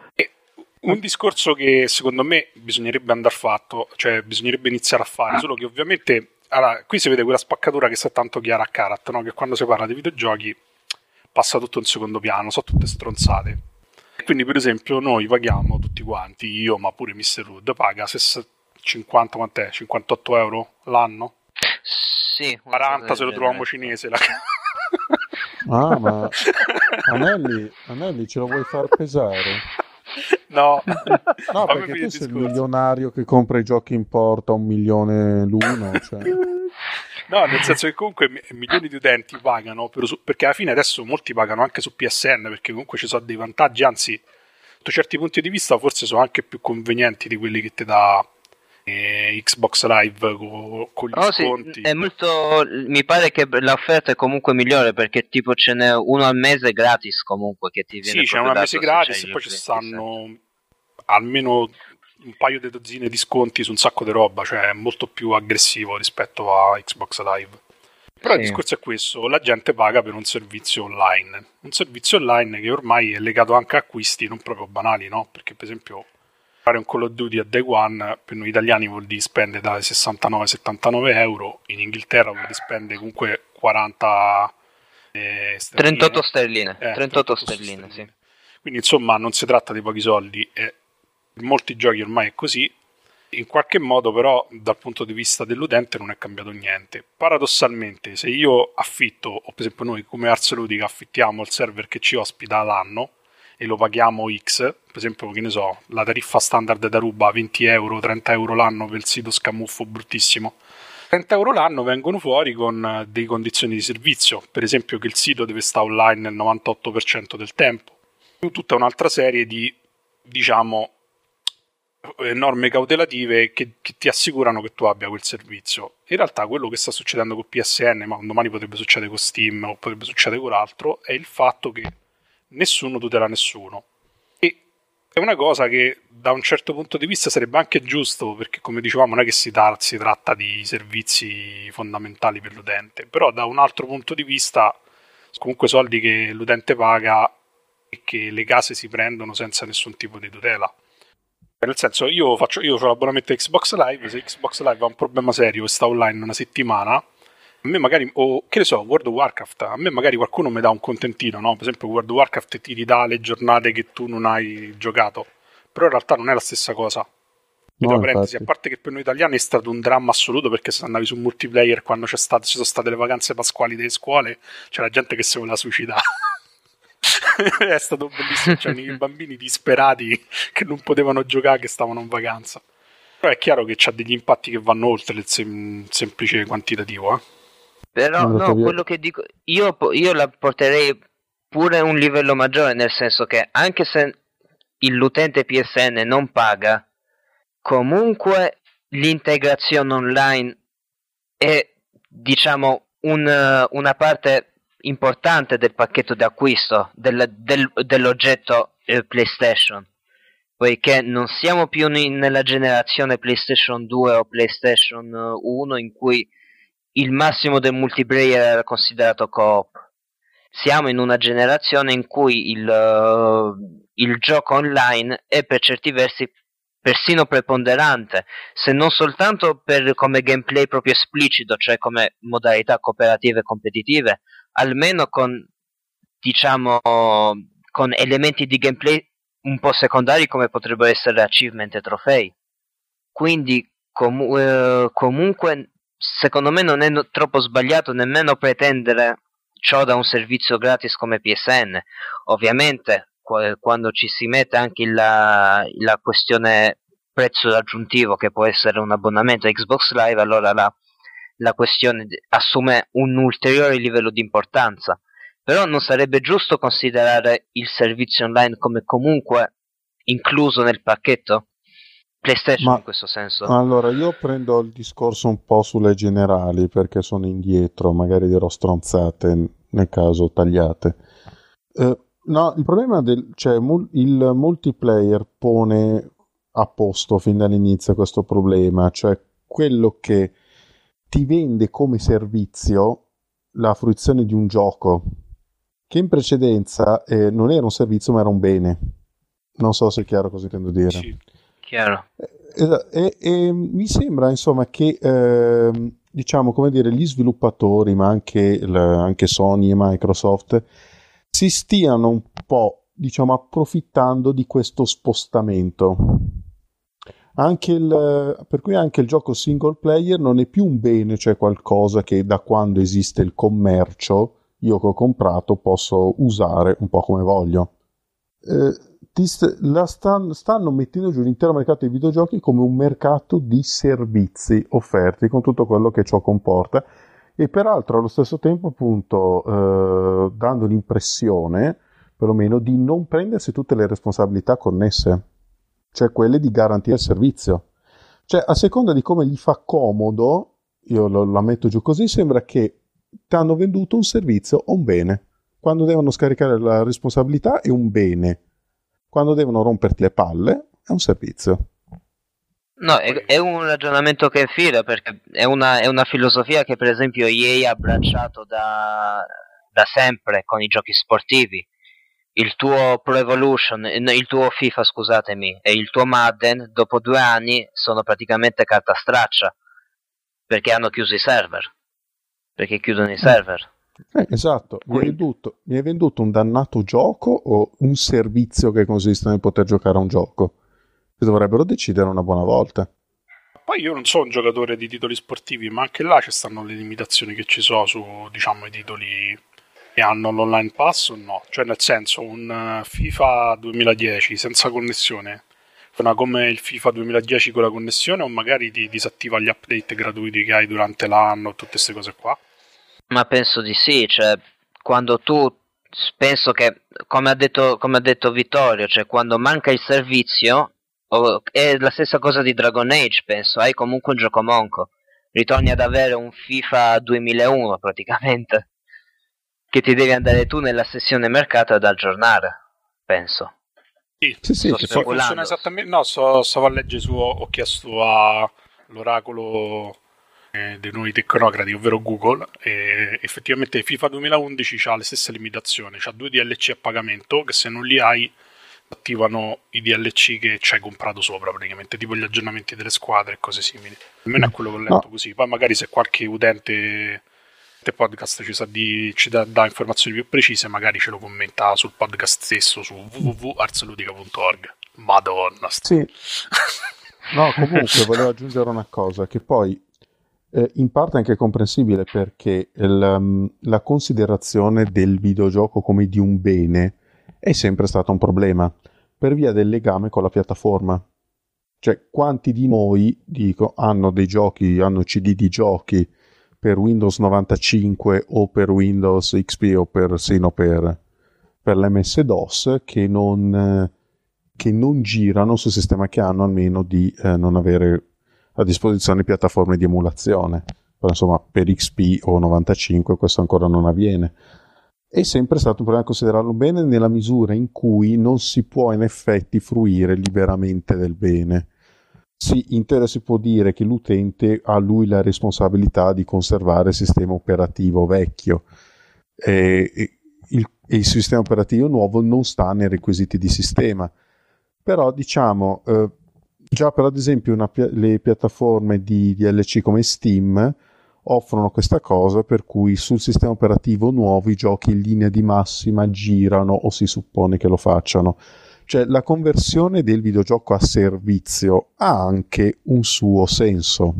Un discorso che secondo me bisognerebbe andare fatto, cioè bisognerebbe iniziare a fare, solo che ovviamente, allora, qui si vede quella spaccatura che sta tanto chiara a Karat, no? Che quando si parla di videogiochi passa tutto in secondo piano, sono tutte stronzate. Quindi per esempio noi paghiamo tutti quanti, io ma pure mister Hood paga cinquanta, quant'è? cinquantotto euro l'anno? Sì, quaranta se lo troviamo cinese. La... Ah, ma Anelli, Anelli ce lo vuoi far pesare? No, No, fammi perché finire tu il sei il discorso. milionario che compra i giochi in porta a un milione l'uno, cioè. No, nel senso che comunque mi- milioni di utenti pagano, per usu- perché alla fine adesso molti pagano anche su P S N, perché comunque ci sono dei vantaggi, anzi, sotto certi punti di vista forse sono anche più convenienti di quelli che ti dà eh, Xbox Live co- con gli Oh, sì, sconti. è molto. Mi pare che l'offerta è comunque migliore perché tipo ce n'è uno al mese gratis comunque che ti viene Sì, c'è proprio una mese dato se gratis c'hai e poi il ci ventisette. stanno almeno un paio di dozzine di sconti su un sacco di roba, cioè è molto più aggressivo rispetto a Xbox Live. Però Sì. il discorso è questo, la gente paga per un servizio online, un servizio online che ormai è legato anche a acquisti non proprio banali, no? Perché per esempio fare un Call of Duty a Day One per noi italiani vuol dire spendere dai sessantanove settantanove euro, in Inghilterra vuol dire spendere comunque quaranta eh, sterline. trentotto sterline, Eh, trentotto sterline, sì. Quindi insomma non si tratta di pochi soldi, e in molti giochi ormai è così. In qualche modo però dal punto di vista dell'utente non è cambiato niente. Paradossalmente se io affitto, o per esempio noi come Ars Ludica affittiamo il server che ci ospita l'anno e lo paghiamo X, per esempio che ne so, la tariffa standard da Ruba venti euro, trenta euro l'anno per il sito scamuffo bruttissimo, trenta euro l'anno vengono fuori con delle condizioni di servizio, per esempio che il sito deve stare online il novantotto per cento del tempo, più tutta un'altra serie di, diciamo, norme cautelative che, che ti assicurano che tu abbia quel servizio. In realtà quello che sta succedendo con P S N, ma domani potrebbe succedere con Steam o potrebbe succedere con altro, è il fatto che nessuno tutela nessuno. E è una cosa che da un certo punto di vista sarebbe anche giusto, perché come dicevamo non è che si, tar- si tratta di servizi fondamentali per l'utente, però da un altro punto di vista comunque soldi che l'utente paga e che le case si prendono senza nessun tipo di tutela. Nel senso, io faccio io ho l'abbonamento a Xbox Live, se Xbox Live ha un problema serio e sta online una settimana, a me magari, o che ne so, World of Warcraft, a me magari qualcuno mi dà un contentino, no? Per esempio World of Warcraft ti ridà le giornate che tu non hai giocato, però in realtà non è la stessa cosa. No, Tra parentesi, infatti. a parte che per noi italiani è stato un dramma assoluto, perché se andavi su multiplayer quando c'è stato, ci sono state le vacanze pasquali delle scuole, c'era gente che si voleva suicidare. È stato bellissimo, c'erano i bambini disperati che non potevano giocare, che stavano in vacanza. Però è chiaro che c'ha degli impatti che vanno oltre il sem- semplice quantitativo, eh. Però Non lo no, so, io- quello che dico io, po- io la porterei pure a un livello maggiore, nel senso che anche se il- l'utente P S N non paga, comunque l'integrazione online è, diciamo, un, una parte importante del pacchetto d'acquisto del, del, dell'oggetto eh, PlayStation, poiché non siamo più in- nella generazione PlayStation due o PlayStation uno in cui il massimo del multiplayer era considerato co-op. Siamo in una generazione in cui il, uh, il gioco online è per certi versi persino preponderante, se non soltanto per come gameplay proprio esplicito, cioè come modalità cooperative e competitive, almeno con, diciamo, con elementi di gameplay un po' secondari come potrebbero essere achievement e trofei. Quindi com- eh, comunque secondo me non è no- troppo sbagliato nemmeno pretendere ciò da un servizio gratis come P S N. Ovviamente qu- quando ci si mette anche la, la questione prezzo aggiuntivo, che può essere un abbonamento a Xbox Live, allora la, la questione assume un ulteriore livello di importanza. Però non sarebbe giusto considerare il servizio online come comunque incluso nel pacchetto PlayStation? Ma, in questo senso? Allora, io prendo il discorso un po' sulle generali, perché sono indietro, magari dirò stronzate, nel caso tagliate. Eh, no, il problema del, cioè, il multiplayer pone a posto fin dall'inizio questo problema, cioè quello che ti vende come servizio la fruizione di un gioco, che in precedenza eh, non era un servizio ma era un bene. Non so se è chiaro cosa intendo dire. Sì, chiaro. E, e, e mi sembra insomma che eh, diciamo come dire gli sviluppatori, ma anche, anche Sony e Microsoft, si stiano un po' diciamo approfittando di questo spostamento. Anche il, per cui anche il gioco single player non è più un bene, cioè qualcosa che da quando esiste il commercio io che ho comprato posso usare un po' come voglio. Eh, st- la stan- stanno mettendo giù l'intero mercato dei videogiochi come un mercato di servizi offerti con tutto quello che ciò comporta, e peraltro allo stesso tempo appunto eh, dando l'impressione perlomeno di non prendersi tutte le responsabilità connesse, cioè quelle di garantire il servizio. Cioè a seconda di come gli fa comodo, io lo, la metto giù così, sembra che ti hanno venduto un servizio o un bene. Quando devono scaricare la responsabilità è un bene, quando devono romperti le palle è un servizio. No, è, è un ragionamento che infila, perché è una, è una filosofia che per esempio E A ha abbracciato da, da sempre con i giochi sportivi. Il tuo Pro Evolution, il tuo FIFA scusatemi, e il tuo Madden dopo due anni sono praticamente carta straccia, perché hanno chiuso i server, perché chiudono i server. Eh, esatto, mi hai, venduto, mi hai venduto un dannato gioco o un servizio che consiste nel poter giocare a un gioco? Che dovrebbero decidere una buona volta. Poi io non sono un giocatore di titoli sportivi, ma anche là ci stanno le limitazioni che ci sono su, diciamo, i titoli che hanno l'online pass o no. Cioè nel senso, un FIFA duemiladieci senza connessione funziona come il FIFA duemiladieci con la connessione, o magari ti disattiva gli update gratuiti che hai durante l'anno, tutte queste cose qua? Ma penso di sì, cioè quando tu, penso che come ha detto, come ha detto Vittorio, cioè quando manca il servizio, oh, è la stessa cosa di Dragon Age, penso, hai comunque un gioco monco, ritorni ad avere un FIFA duemilauno praticamente, che ti devi andare tu nella sessione mercato ad aggiornare, penso. Sì, sì, sì, sì funziona esattamente. No, sto, stavo a leggere su, ho chiesto all'oracolo eh, dei nuovi tecnocrati, ovvero Google, e effettivamente FIFA duemilaundici ha le stesse limitazioni, c'ha due D L C a pagamento che se non li hai attivano i D L C che ci hai comprato sopra, praticamente tipo gli aggiornamenti delle squadre e cose simili. Almeno è quello che ho letto, no. Così poi magari se qualche utente podcast ci sa di ci dà, dà informazioni più precise, magari ce lo commenta sul podcast stesso su w w w punto ars ludica punto org. Madonna. Sì. No, comunque volevo aggiungere una cosa che poi eh, in parte è anche comprensibile, perché il, um, la considerazione del videogioco come di un bene è sempre stato un problema per via del legame con la piattaforma. Cioè, quanti di noi, dico, hanno dei giochi, hanno C D di giochi per Windows novantacinque o per Windows X P o per, sino per, per l'M S DOS che non, eh, che non girano sul sistema che hanno, almeno di eh, non avere a disposizione piattaforme di emulazione. Però insomma per X P o novantacinque questo ancora non avviene. È sempre stato un problema considerarlo bene nella misura in cui non si può in effetti fruire liberamente del bene. Sì, in teoria si può dire che l'utente ha lui la responsabilità di conservare il sistema operativo vecchio e, e, il, e il sistema operativo nuovo non sta nei requisiti di sistema. Però diciamo, eh, Già, per ad esempio una, le piattaforme di D L C come Steam offrono questa cosa per cui sul sistema operativo nuovo i giochi in linea di massima girano o si suppone che lo facciano. Cioè la conversione del videogioco a servizio ha anche un suo senso.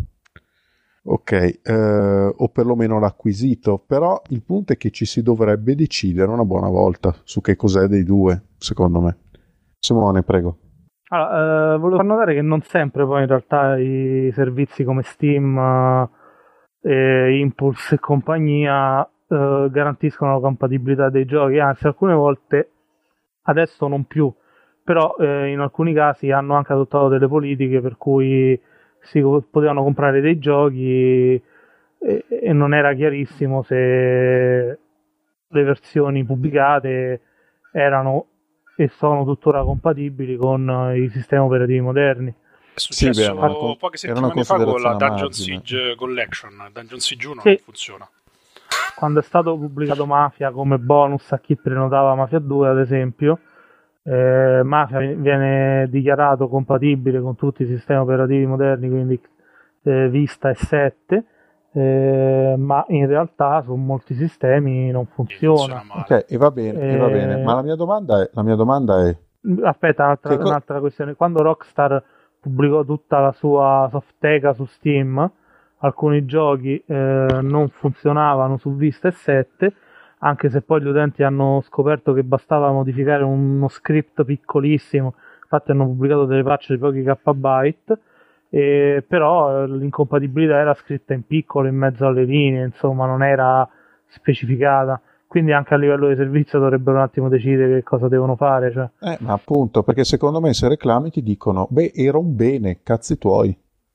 Ok, eh, o perlomeno l'acquisito, però il punto è che ci si dovrebbe decidere una buona volta su che cos'è dei due, secondo me. Simone, prego. Allora, eh, volevo far notare che non sempre poi in realtà i servizi come Steam, eh, Impulse e compagnia eh, garantiscono la compatibilità dei giochi, anzi alcune volte, adesso non più, però eh, in alcuni casi hanno anche adottato delle politiche per cui si potevano comprare dei giochi e, e non era chiarissimo se le versioni pubblicate erano e sono tuttora compatibili con i sistemi operativi moderni. È successo sì, beh, poche settimane fa con la Dungeon Siege Collection. Dungeon Siege uno sì. Non funziona. Quando è stato pubblicato Mafia come bonus a chi prenotava Mafia due, ad esempio, eh, Mafia viene dichiarato compatibile con tutti i sistemi operativi moderni, quindi eh, Vista e sette, eh, ma in realtà su molti sistemi non funziona. Ok, e va bene, eh, e va bene. Ma la mia domanda è, la mia domanda è... Aspetta, un'altra, co- un'altra questione. Quando Rockstar pubblicò tutta la sua softeca su Steam, alcuni giochi eh, non funzionavano su Vista e sette, anche se poi gli utenti hanno scoperto che bastava modificare uno script piccolissimo, infatti hanno pubblicato delle patch di pochi kbyte, e però l'incompatibilità era scritta in piccolo in mezzo alle linee, insomma non era specificata, quindi anche a livello di servizio dovrebbero un attimo decidere che cosa devono fare, cioè. Eh, ma appunto, perché secondo me se reclami ti dicono beh, era un bene, cazzi tuoi.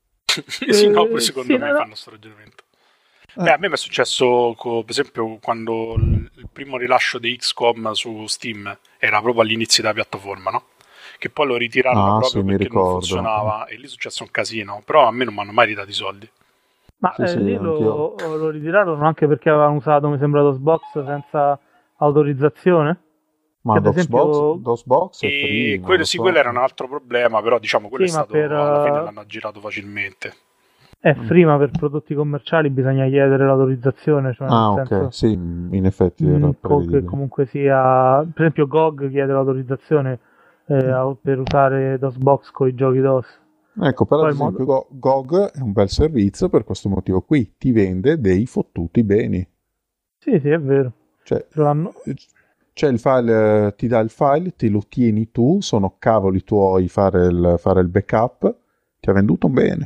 Sì, no, pure secondo sì, me no. fanno sto ragionamento. Eh. Beh, a me mi è successo, per esempio, quando il primo rilascio di X COM su Steam era proprio all'inizio della piattaforma, no? Che poi lo ritirarono ah, proprio sì, perché ricordo. non funzionava e lì è successo un casino, però a me non mi hanno mai ridato i soldi. Ma sì, eh, sì, lì lo, lo ritirarono anche perché avevano usato, mi sembra, DOSBox senza autorizzazione. Ma ad esempio... DOSBox, DOSBox è E free, quello, sì, so. quello era un altro problema, però diciamo quello sì, è stato, per, alla fine l'hanno girato facilmente. È free, ma per prodotti commerciali bisogna chiedere l'autorizzazione, cioè ah, nel senso, ok, sì, in effetti era mh, che comunque sia, per esempio G O G chiede l'autorizzazione eh, per usare DOSBox con i giochi DOS. Ecco, per Poi esempio modo... G O G è un bel servizio per questo motivo qui, ti vende dei fottuti beni. Sì, sì, è vero. Cioè, L'hanno... c'è il file, ti dà il file, te lo tieni tu, sono cavoli tuoi fare il, fare il backup, ti ha venduto un bene.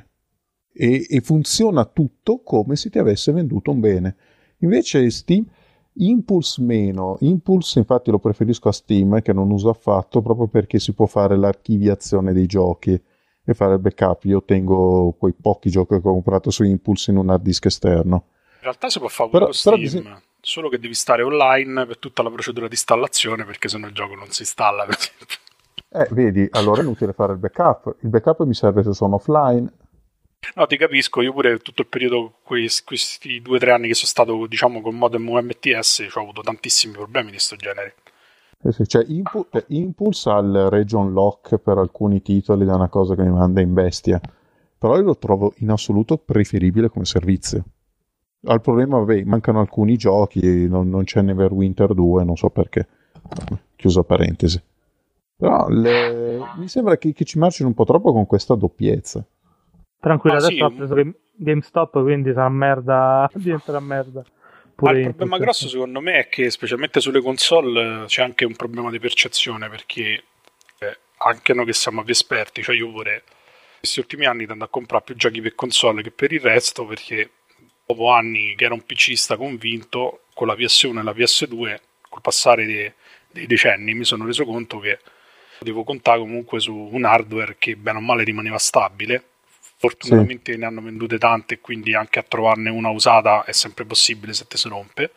E, e funziona tutto come se ti avesse venduto un bene. Invece Steam, Impulse meno, Impulse infatti lo preferisco a Steam, che non uso affatto, proprio perché si può fare l'archiviazione dei giochi e fare il backup. Io tengo quei pochi giochi che ho comprato su Impulse in un hard disk esterno. In realtà si può fare pure con Steam, esempio... solo che devi stare online per tutta la procedura di installazione, perché sennò il gioco non si installa, per esempio. Eh, vedi, allora è inutile fare il backup. Il backup mi serve se sono offline. No, ti capisco, io pure tutto il periodo, questi, questi due o tre anni che sono stato, diciamo, con modem U M T S, ho avuto tantissimi problemi di questo genere. Eh sì, cioè, Impu- cioè, Impulse ha il region lock per alcuni titoli, da una cosa che mi manda in bestia, però io lo trovo in assoluto preferibile come servizio. Al problema, vabbè, mancano alcuni giochi, non, non c'è Neverwinter due, non so perché, chiusa parentesi. Però le... mi sembra che, che ci marcino un po' troppo con questa doppiezza. Tranquillo, ah, adesso sì, ha preso un... GameStop, quindi sarà merda, diventerà merda. Ma il problema grosso secondo me è che specialmente sulle console c'è anche un problema di percezione, perché eh, anche noi che siamo più esperti, cioè io pure questi ultimi anni tendo a comprare più giochi per console che per il resto, perché dopo anni che ero un PCista convinto, con la P S uno e la P S due, col passare dei, dei decenni mi sono reso conto che devo contare comunque su un hardware che bene o male rimaneva stabile. Fortunatamente sì. Ne hanno vendute tante e quindi anche a trovarne una usata è sempre possibile se te si rompe.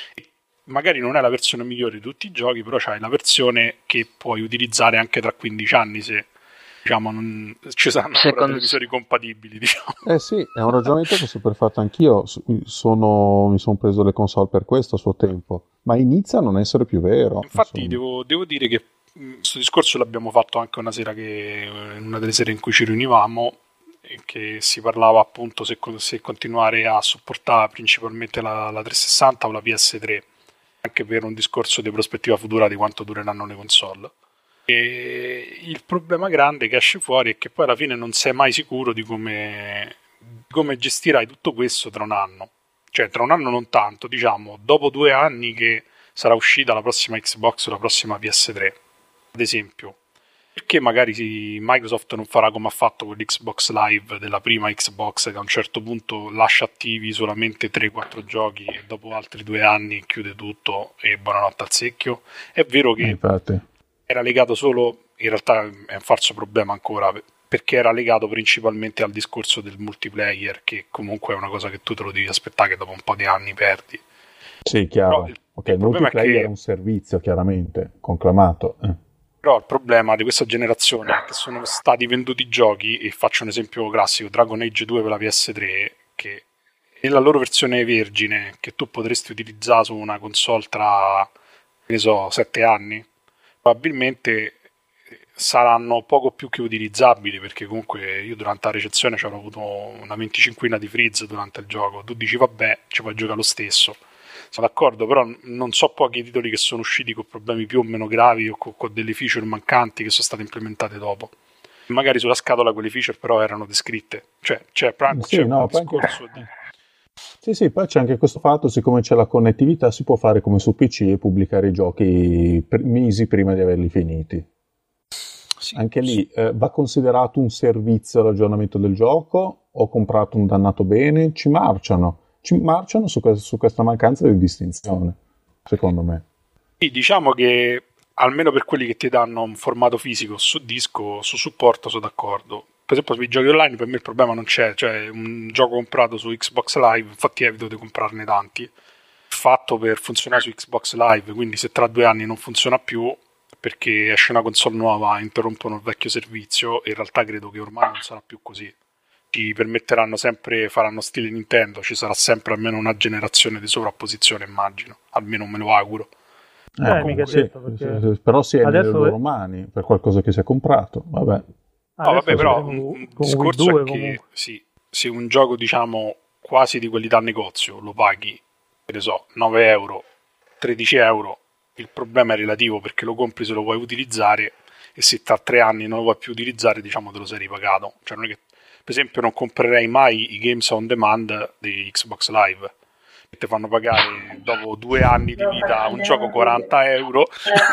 Magari non è la versione migliore di tutti i giochi, però c'hai la versione che puoi utilizzare anche tra quindici anni se diciamo non ci saranno ancora televisori compatibili, diciamo. Eh sì, è un ragionamento che ho sempre fatto anch'io. Sono, mi sono preso le console per questo a suo tempo, ma inizia a non essere più vero. Infatti devo, devo dire che questo discorso l'abbiamo fatto anche una sera che, in una delle sere in cui ci riunivamo, che si parlava appunto se, se continuare a supportare principalmente la, la trecentosessanta o la P S tre, anche per un discorso di prospettiva futura di quanto dureranno le console. E il problema grande che esce fuori è che poi alla fine non sei mai sicuro di come, come gestirai tutto questo tra un anno, cioè tra un anno non tanto, diciamo dopo due anni che sarà uscita la prossima Xbox o la prossima P S tre, ad esempio. Perché magari Microsoft non farà come ha fatto con l'Xbox Live della prima Xbox, che a un certo punto lascia attivi solamente tre quattro giochi e dopo altri due anni chiude tutto e buonanotte al secchio? È vero che Infatti. Era legato solo, in realtà è un falso problema ancora, perché era legato principalmente al discorso del multiplayer, che comunque è una cosa che tu te lo devi aspettare che dopo un po' di anni perdi. Sì, chiaro. Il, ok, il, il multiplayer è, che... è un servizio chiaramente conclamato. Eh. Però il problema di questa generazione è che sono stati venduti giochi, e faccio un esempio classico, Dragon Age due per la P S tre, che nella loro versione vergine, che tu potresti utilizzare su una console tra, ne so, sette anni, probabilmente saranno poco più che utilizzabili, perché comunque io durante la recensione ci avrò avuto una venticinquina di freeze durante il gioco. Tu dici vabbè, ci puoi giocare lo stesso, sono d'accordo, però non so pochi titoli che sono usciti con problemi più o meno gravi o con, con delle feature mancanti che sono state implementate dopo. Magari sulla scatola quelle feature però erano descritte, cioè c'è, c'è, sì, c'è no, un discorso anche... di... Sì, sì, poi c'è anche questo fatto, siccome c'è la connettività si può fare come su P C e pubblicare i giochi per mesi prima di averli finiti. Sì, anche lì sì. eh, va considerato un servizio l'aggiornamento del gioco, ho comprato un dannato bene, ci marciano. Ci marciano su, que- su questa mancanza di distinzione, secondo me. Sì, diciamo che almeno per quelli che ti danno un formato fisico su disco, su supporto, sono d'accordo. Per esempio sui giochi online per me il problema non c'è, cioè un gioco comprato su Xbox Live, infatti evito di comprarne tanti, fatto per funzionare su Xbox Live, quindi se tra due anni non funziona più perché esce una console nuova, interrompono il vecchio servizio, in realtà credo che ormai non sarà più così. Ti permetteranno sempre, faranno stile Nintendo, ci sarà sempre almeno una generazione di sovrapposizione, immagino, almeno me lo auguro. Eh, eh mica sì, detto, perché... però si è nelle Adesso... loro mani per qualcosa che si è comprato, vabbè. No, vabbè, però con, un con discorso due, è che comunque. sì, se un gioco diciamo quasi di quelli da negozio lo paghi, che ne so, nove euro, tredici euro, il problema è relativo perché lo compri se lo vuoi utilizzare e se tra tre anni non lo vuoi più utilizzare, diciamo te lo sei ripagato. Cioè non è che, per esempio, non comprerei mai i games on demand di Xbox Live, che ti fanno pagare dopo due anni di vita un gioco quaranta euro.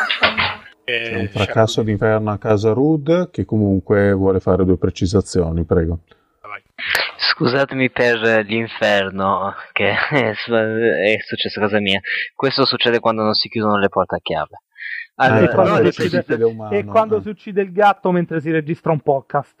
C'è un fracasso d'inverno a casa Rud che comunque vuole fare due precisazioni, prego. Vai. Scusatemi per l'inferno che è successo a casa mia. Questo succede quando non si chiudono le porte a chiave. Allora, eh, e quando, no, si, uccide, umano, e quando eh. si uccide il gatto mentre si registra un podcast.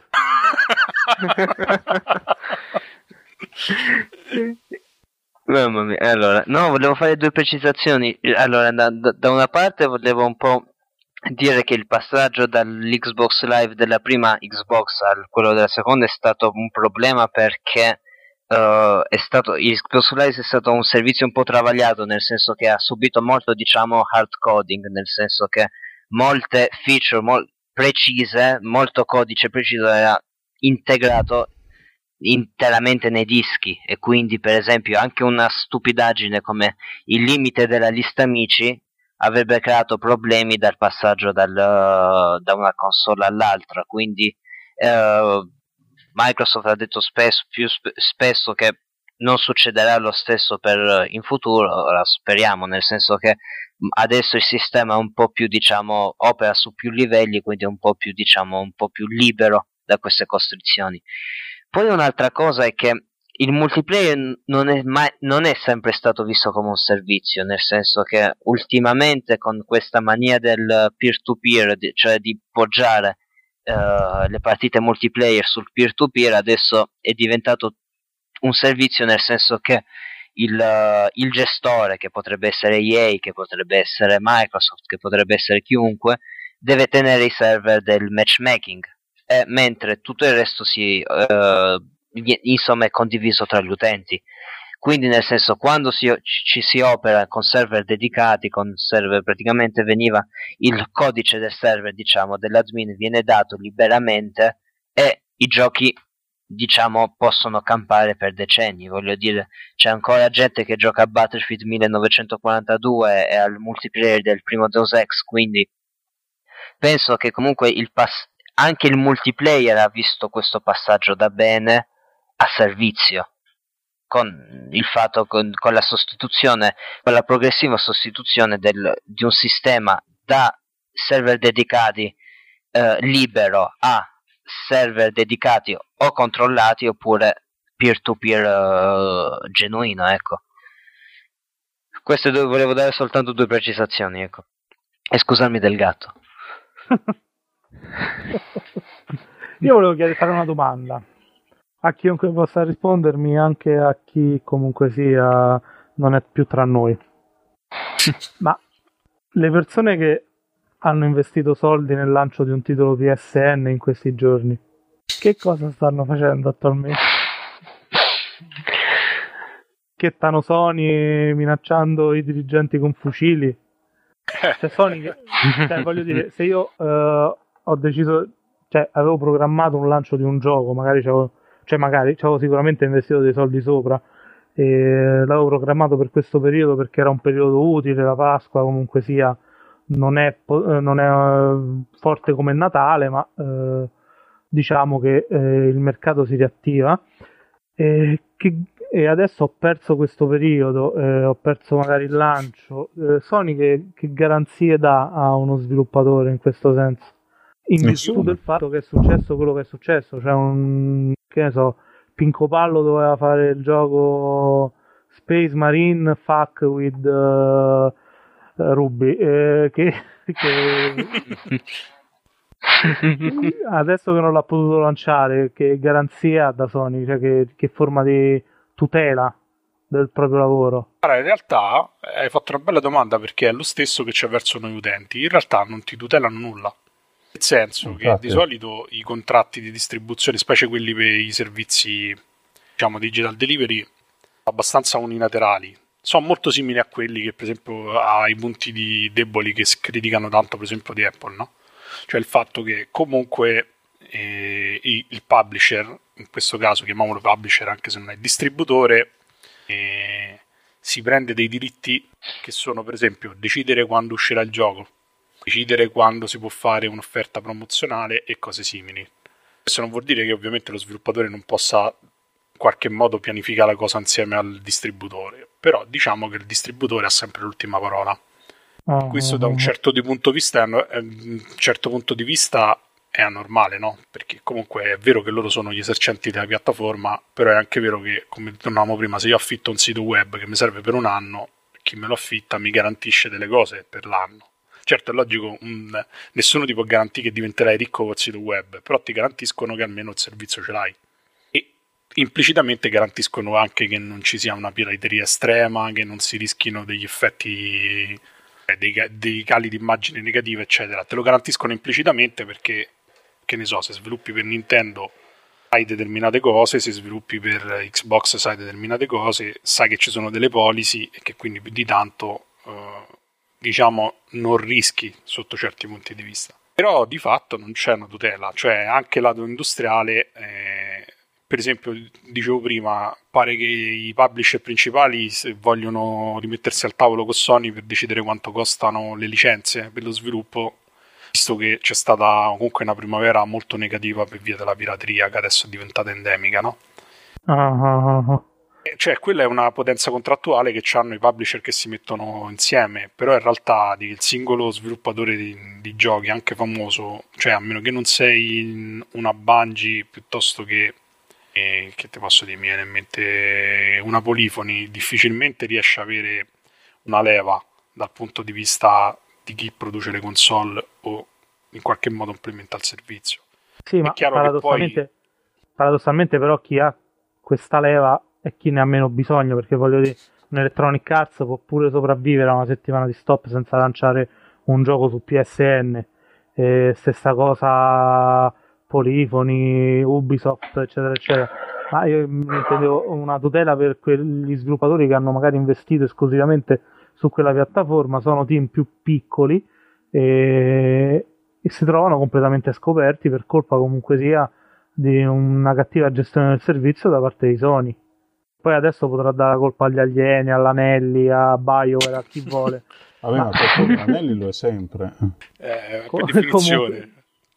Mamma mia. Allora, no, volevo fare due precisazioni. Allora, da, da una parte volevo un po' dire che il passaggio dall'Xbox Live della prima Xbox a quello della seconda è stato un problema perché uh, è stato, Xbox Live è stato un servizio un po' travagliato, nel senso che ha subito molto, diciamo, hard coding, nel senso che molte feature mol- precise, molto codice preciso era integrato interamente nei dischi, e quindi per esempio anche una stupidaggine come il limite della lista amici avrebbe creato problemi dal passaggio dal, da una console all'altra. Quindi eh, Microsoft ha detto spesso, più sp- spesso che non succederà lo stesso per in futuro. Ora speriamo, nel senso che adesso il sistema è un po' più, diciamo, opera su più livelli, quindi è un po' più, diciamo, un po' più libero da queste costrizioni. Poi un'altra cosa è che il multiplayer non è, mai, non è sempre stato visto come un servizio, nel senso che ultimamente con questa mania del peer-to-peer, di, cioè di poggiare uh, le partite multiplayer sul peer-to-peer, adesso è diventato un servizio, nel senso che il, uh, il gestore, che potrebbe essere E A, che potrebbe essere Microsoft, che potrebbe essere chiunque, deve tenere i server del matchmaking, eh, mentre tutto il resto si... Uh, insomma è condiviso tra gli utenti. Quindi nel senso, quando si, ci si opera con server dedicati, con server praticamente veniva il codice del server, diciamo, dell'admin viene dato liberamente e i giochi, diciamo, possono campare per decenni. Voglio dire, c'è ancora gente che gioca a Battlefield millenovecentoquarantadue e al multiplayer del primo Deus Ex, quindi penso che comunque il pass- anche il multiplayer ha visto questo passaggio da bene a servizio, con il fatto con, con la sostituzione, con la progressiva sostituzione del, di un sistema da server dedicati eh, libero a server dedicati o controllati oppure peer-to-peer uh, genuino, ecco. Queste due volevo dare soltanto due precisazioni, ecco. E scusarmi del gatto. Io volevo chiedere, fare una domanda a chiunque possa rispondermi, anche a chi comunque sia non è più tra noi. Ma le persone che hanno investito soldi nel lancio di un titolo P S N in questi giorni, che cosa stanno facendo attualmente? Che stanno Sony minacciando i dirigenti con fucili? Cioè Sony che, cioè, voglio dire, se io uh, ho deciso, cioè avevo programmato un lancio di un gioco, magari c'avevo, cioè magari c'avevo sicuramente investito dei soldi sopra e l'avevo programmato per questo periodo perché era un periodo utile, la Pasqua comunque sia non è, non è uh, forte come il Natale, ma uh, diciamo che uh, il mercato si riattiva e, che, e adesso ho perso questo periodo, eh, ho perso magari il lancio. eh, Sony che, che garanzie dà a uno sviluppatore in questo senso, in virtù del fatto che è successo quello che è successo? Cioè un, che ne so, Pinco Pallo doveva fare il gioco Space Marine Fuck with uh, Ruby, eh, che, che adesso che non l'ha potuto lanciare, che garanzia ha da Sony? Cioè che, che forma di tutela del proprio lavoro? Allora, in realtà hai fatto una bella domanda, perché è lo stesso che c'è verso noi utenti. In realtà non ti tutelano nulla, nel senso Infatti. che di solito i contratti di distribuzione, specie quelli per i servizi, diciamo, digital delivery, abbastanza unilaterali, sono molto simili a quelli che per esempio ai punti di deboli che criticano tanto per esempio di Apple, no? Cioè il fatto che comunque eh, il publisher, in questo caso chiamiamolo publisher anche se non è distributore, eh, si prende dei diritti che sono per esempio decidere quando uscirà il gioco, decidere quando si può fare un'offerta promozionale e cose simili. Questo non vuol dire che ovviamente lo sviluppatore non possa in qualche modo pianificare la cosa insieme al distributore, però diciamo che il distributore ha sempre l'ultima parola. Oh, Questo da un certo di punto di vista, un certo punto di vista è anormale, no? Perché comunque è vero che loro sono gli esercenti della piattaforma, però è anche vero che, come dicevamo prima, se io affitto un sito web che mi serve per un anno, chi me lo affitta mi garantisce delle cose per l'anno. Certo, è logico, un, nessuno ti può garantire che diventerai ricco col sito web, però ti garantiscono che almeno il servizio ce l'hai. E implicitamente garantiscono anche che non ci sia una pirateria estrema, che non si rischino degli effetti, dei, dei cali di immagine negative, eccetera. Te lo garantiscono implicitamente perché, che ne so, se sviluppi per Nintendo sai determinate cose, se sviluppi per Xbox sai determinate cose, sai che ci sono delle policy e che quindi più di tanto eh, diciamo non rischi sotto certi punti di vista. Però di fatto non c'è una tutela, cioè anche lato industriale, eh, per esempio dicevo prima, pare che i publisher principali vogliono rimettersi al tavolo con Sony per decidere quanto costano le licenze per lo sviluppo, visto che c'è stata comunque una primavera molto negativa per via della pirateria che adesso è diventata endemica, no? Uh-huh. Cioè quella è una potenza contrattuale che hanno i publisher che si mettono insieme, però in realtà il singolo sviluppatore di, di giochi, anche famoso, cioè a meno che non sei una Bungie piuttosto che eh, che te posso dire, mi viene in mente una Polifoni, difficilmente riesce a avere una leva dal punto di vista di chi produce le console o in qualche modo implementa il servizio. Sì, è ma chiaro paradossalmente, che poi... paradossalmente però chi ha questa leva è chi ne ha meno bisogno, perché voglio dire, un Electronic Arts può pure sopravvivere a una settimana di stop senza lanciare un gioco su P S N, e stessa cosa Polifoni, Ubisoft, eccetera eccetera. Ma io intendevo una tutela per quegli sviluppatori che hanno magari investito esclusivamente su quella piattaforma, sono team più piccoli e, e si trovano completamente scoperti per colpa comunque sia di una cattiva gestione del servizio da parte di Sony. Poi adesso potrà dare la colpa agli alieni, all'Anelli, a BioWare, a chi vuole. Vabbè, ma qualcuno Anelli lo è sempre. Eh, per definizione.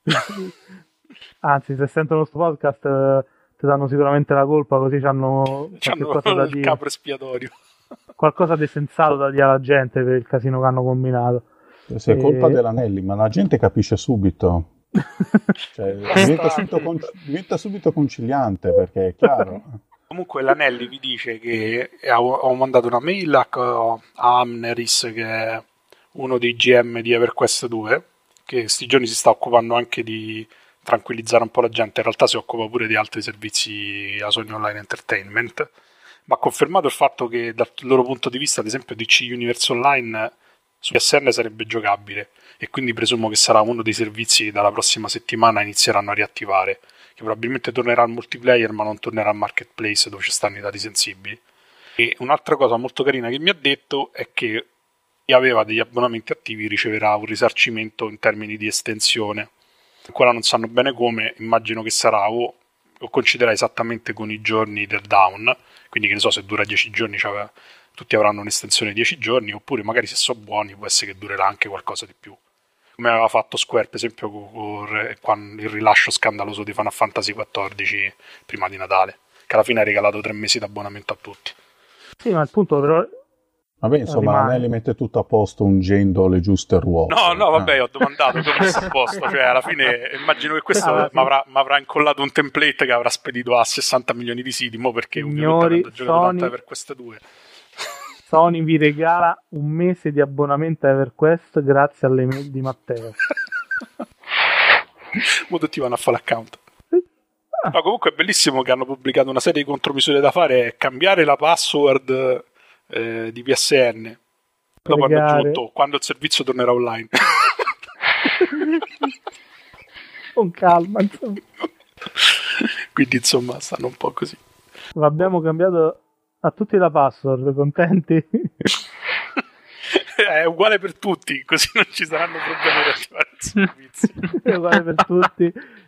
Anzi, se sentono questo podcast eh, ti danno sicuramente la colpa, così c'hanno qualcosa da il dire. capro espiatorio. Qualcosa di sensato da dire alla gente per il casino che hanno combinato. Se è e... colpa dell'Anelli, ma la gente capisce subito. Cioè, diventa, subito con... diventa subito conciliante, perché è chiaro. Comunque l'Anelli vi dice che ho mandato una mail a, a Amneris, che è uno dei G M di EverQuest due, che sti giorni si sta occupando anche di tranquillizzare un po' la gente. In realtà si occupa pure di altri servizi a Sony Online Entertainment, ma ha confermato il fatto che dal loro punto di vista, ad esempio D C Universe Online su P S N sarebbe giocabile, e quindi presumo che sarà uno dei servizi che dalla prossima settimana inizieranno a riattivare, che probabilmente tornerà al multiplayer ma non tornerà al marketplace dove ci stanno i dati sensibili. E un'altra cosa molto carina che mi ha detto è che chi aveva degli abbonamenti attivi riceverà un risarcimento in termini di estensione. Ancora non sanno bene come, immagino che sarà o, o coinciderà esattamente con i giorni del down, quindi che ne so, se dura dieci giorni cioè, tutti avranno un'estensione di dieci giorni, oppure magari se sono buoni può essere che durerà anche qualcosa di più, come aveva fatto Square per esempio con, con il rilascio scandaloso di Final Fantasy quattordici prima di Natale, che alla fine ha regalato tre mesi di abbonamento a tutti. Sì, ma il punto però... Vabbè, insomma, Anelli mette tutto a posto ungendo le giuste ruote. No, no, vabbè, ho domandato come messo a posto. Cioè, alla fine immagino che questo ah, mi avrà, avrà incollato un template che avrà spedito a sessanta milioni di siti, mo perché Signori, ovviamente hanno giocato tanto per queste due. Sony vi regala un mese di abbonamento a EverQuest grazie alle mail di Matteo. Mo tutti vanno a fare l'account. No, comunque è bellissimo che hanno pubblicato una serie di contromisure da fare e cambiare la password eh, di P S N. Dopo hanno aggiunto quando il servizio tornerà online. Con calma, insomma. Quindi insomma stanno un po' così. L'abbiamo cambiato a tutti la password, contenti? È uguale per tutti, così non ci saranno problemi ad attivare il servizio. È uguale per tutti.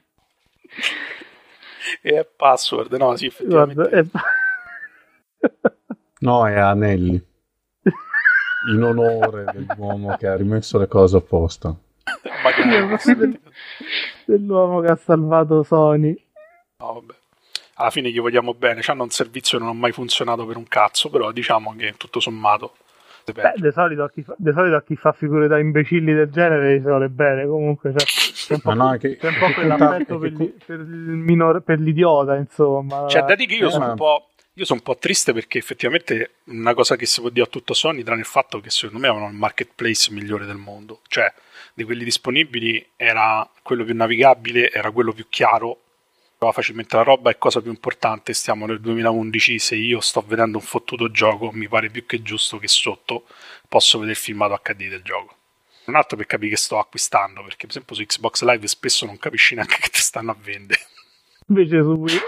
E è password, no, sì, effettivamente. Guarda, è... No, è Anelli. In onore dell'uomo che ha rimesso le cose a posto. Del, dell'uomo che ha salvato Sony. No, vabbè. Alla fine gli vogliamo bene, c'hanno un servizio che non ha mai funzionato per un cazzo, però diciamo che tutto sommato beh, di solito a chi fa, di solito a chi fa figure da imbecilli del genere gli se vuole bene, comunque cioè, c'è un po', no, no, che, c'è un po' quell'affetto per, che... per, il minore, per l'idiota, insomma. Cioè, da dire che io eh, sono un po' io sono un po' triste, perché effettivamente una cosa che si può dire a tutto Sony, tranne il fatto che secondo me avevano il marketplace migliore del mondo, cioè di quelli disponibili era quello più navigabile, era quello più chiaro, facilmente la roba, e cosa più importante, stiamo nel duemilaundici, se io sto vedendo un fottuto gioco mi pare più che giusto che sotto posso vedere il filmato acca di del gioco, un altro per capire che sto acquistando, perché per esempio su Xbox Live spesso non capisci neanche che ti stanno a vendere, invece su Wii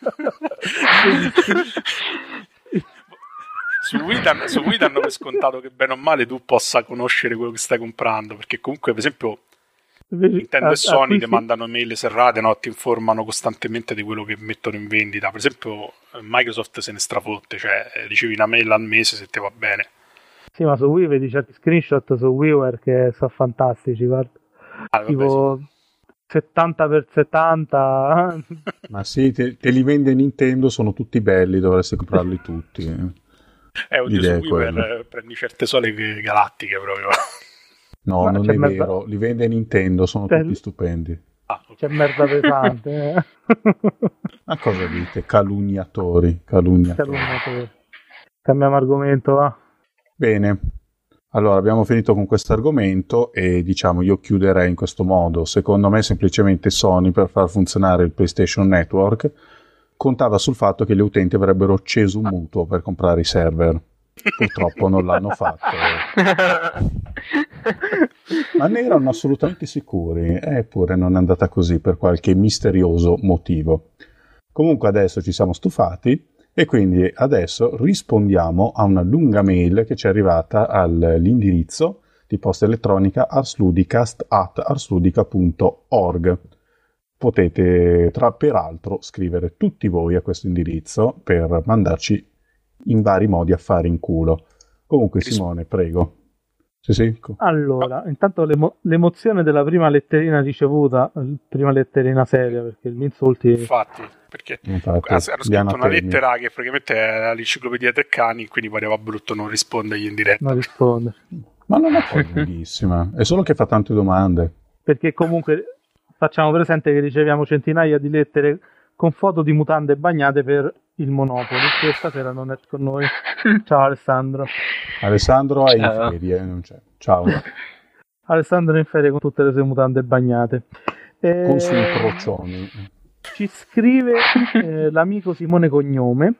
su Wii, danno, su Wii danno per scontato che bene o male tu possa conoscere quello che stai comprando, perché comunque per esempio Nintendo e Sony ti mandano mail serrate, no? Ti informano costantemente di quello che mettono in vendita. Per esempio Microsoft se ne strafotte, cioè ricevi una mail al mese se ti va bene. Sì, ma su Wii vedi certi screenshot su WiiWare che sono fantastici, guarda. Ah, tipo vabbè, sì. settanta per settanta. Ma sì, te, te li vende Nintendo, sono tutti belli, dovresti comprarli tutti. Eh, oddio, su WiiWare prendi certe sole galattiche proprio. No, ma non è merda... vero, li vende Nintendo, sono c'è... tutti stupendi. Ah, okay. C'è merda pesante. Eh. Ma cosa dite? Calunniatori, calunniatori. Calunniatori. Cambiamo argomento, va? Bene, allora abbiamo finito con questo argomento e diciamo io chiuderei in questo modo. Secondo me semplicemente Sony, per far funzionare il PlayStation Network, contava sul fatto che gli utenti avrebbero acceso un mutuo per comprare i server. Purtroppo non l'hanno fatto, ma ne erano assolutamente sicuri, eppure non è andata così per qualche misterioso motivo. Comunque adesso ci siamo stufati e quindi adesso rispondiamo a una lunga mail che ci è arrivata all'indirizzo di posta elettronica arsludicast at arsludica punto org. Potete tra, peraltro scrivere tutti voi a questo indirizzo per mandarci in vari modi affari in culo. Comunque Simone, prego. Sì, sì. Allora, intanto l'emo- l'emozione della prima letterina ricevuta, prima letterina seria, perché gli insulti... Infatti, perché Infatti, ero scritto una Temi. lettera che praticamente era l'enciclopedia Treccani, quindi pareva brutto non rispondergli in diretta. Non risponde. Ma non è poi lunghissima, è solo che fa tante domande. Perché comunque facciamo presente che riceviamo centinaia di lettere con foto di mutande bagnate per il Monopoli, che stasera non è con noi. Ciao Alessandro. Alessandro è Ciao. in ferie, non c'è. Ciao. Alessandro è in ferie con tutte le sue mutande bagnate. E... Con sui crocioni. Ci scrive eh, l'amico Simone Cognome,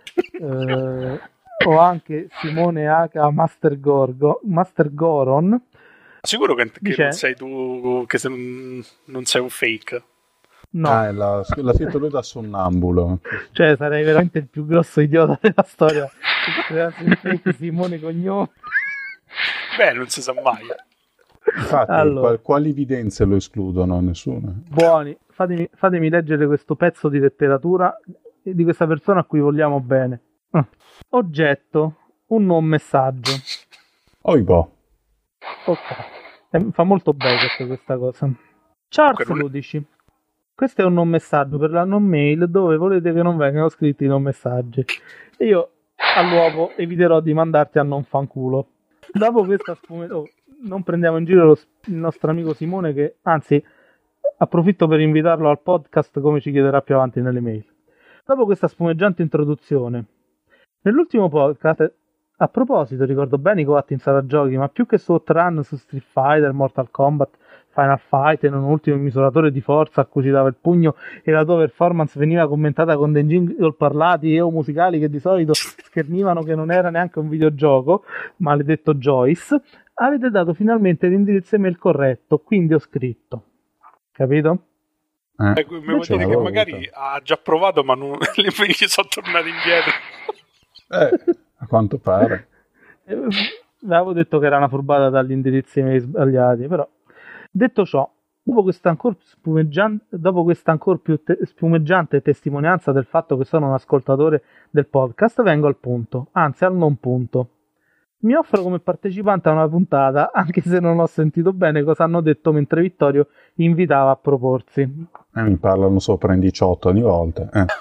eh, o anche Simone H. Master, Gorgo, Master Goron. Sicuro che, che Dice- non sei tu, che se non, non sei un fake? No, Ah, è la, l'ha scritto lui da sonnambulo. cioè sarei veramente il più grosso idiota della storia se creassi un fake Simone Cognome. Beh, non si sa mai. Infatti, Allora. qual- quali evidenze lo escludono? Nessuna. Buoni, fatemi, fatemi leggere questo pezzo di letteratura di questa persona a cui vogliamo bene. Ah. Oggetto, un non messaggio. Oibo. Ok. Eh, fa molto Beckett questa cosa. Ciao Quello- Arseludici. Questo è un non messaggio per la non mail dove volete che non vengano scritti i non messaggi. E io all'uopo eviterò di mandarti a non fanculo. Dopo questa sfumatura, oh, non prendiamo in giro lo, il nostro amico Simone, che anzi approfitto per invitarlo al podcast come ci chiederà più avanti nelle mail. Dopo questa spumeggiante introduzione, nell'ultimo podcast, a proposito, ricordo bene i coatti in sala giochi, ma più che su Outrun, su Street Fighter, Mortal Kombat, Final Fight e non ultimo il misuratore di forza a cui ci dava il pugno e la tua performance veniva commentata con dei jingle parlati e o musicali che di solito schernivano che non era neanche un videogioco, maledetto Joyce, avete dato finalmente l'indirizzo email corretto, quindi ho scritto. Capito? Eh. Eh, mi vuoi Invece dire che l'avevo magari avuta. ha già provato, ma non, le mail gli sono tornate indietro. Eh, a quanto pare. Eh, Avevo detto che era una furbata dagli indirizzi email sbagliati, però detto ciò, dopo questa ancora spumeggiante, dopo questa ancora più te- spumeggiante testimonianza del fatto che sono un ascoltatore del podcast, vengo al punto, anzi al non punto. Mi offro come partecipante a una puntata, anche se non ho sentito bene cosa hanno detto mentre Vittorio invitava a proporsi. Eh, mi parlano sopra in diciotto ogni volta. Eh.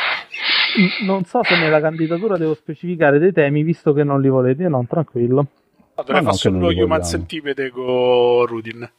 N- Non so se nella candidatura devo specificare dei temi, visto che non li volete, no, tranquillo. Dovrei no, fare che non solo li Human vogliamo. Centipede con Rudin.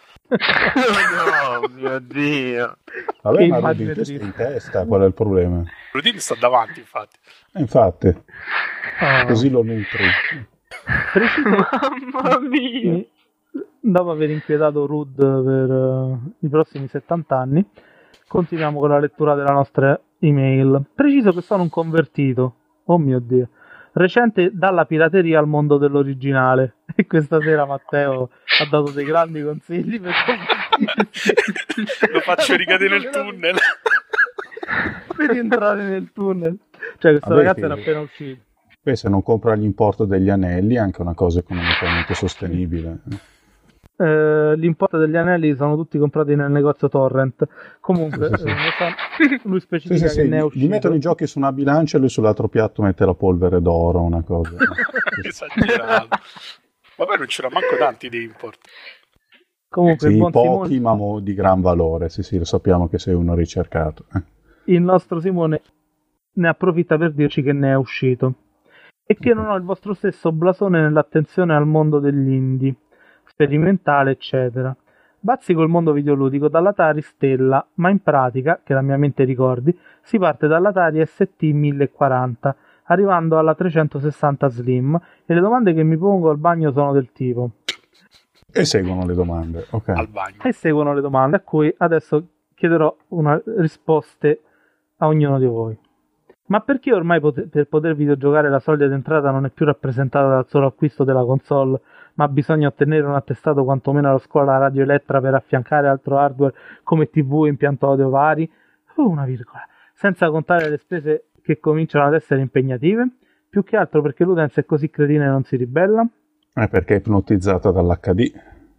Oh mio Dio. Vabbè, Che ma immagine Rudin, tu sei triste. in testa, qual è il problema? Rudin sta davanti, infatti. Eh, infatti, Ah. così lo nutri. Preciso, Mamma mia. mi- dopo aver inquietato Rud per eh, i prossimi settanta anni, continuiamo con la lettura della nostra email. Preciso che sono un convertito, oh mio Dio, recente dalla pirateria al mondo dell'originale. E questa sera Matteo ha dato dei grandi consigli per convertirsi. Lo faccio ricadere nel tunnel. Vedi entrare nel tunnel. Cioè, questo Vabbè, ragazzo che- era appena uscito. Beh, se non compra l'importo degli anelli è anche una cosa economicamente sostenibile. Eh, l'importo degli anelli sono tutti comprati nel negozio Torrent. Comunque, Sì, sì, sì. eh, ne sa- lui Sì, specifica sì, che sì, ne è gli uscito. mettono i giochi su una bilancia e lui sull'altro piatto mette la polvere d'oro, una cosa. Esagerato. Vabbè, non c'era manco tanti di import. Comunque, il Sì, buon pochi Simone, ma mo- di gran valore, sì sì, lo sappiamo che sei uno ricercato. eh. il nostro Simone ne approfitta per dirci che ne è uscito e che non ho il vostro stesso blasone nell'attenzione al mondo degli indie, sperimentale, eccetera. Bazzico il mondo videoludico dall'Atari Stella, ma in pratica, che la mia mente ricordi, si parte dall'Atari S T mille quaranta, arrivando alla trecentosessanta Slim, e le domande che mi pongo al bagno sono del tipo: E seguono le domande, ok. Al bagno. e seguono le domande a cui adesso chiederò una risposte a ognuno di voi. Ma perché ormai pot- per poter videogiocare la soglia d'entrata non è più rappresentata dal solo acquisto della console, ma bisogna ottenere un attestato quantomeno alla scuola Radio Elettra per affiancare altro hardware come tivù e impianto audio vari? Oh, una virgola. senza contare le spese che cominciano ad essere impegnative, più che altro perché l'utenza è così cretina e non si ribella. È perché è ipnotizzata dall'H D.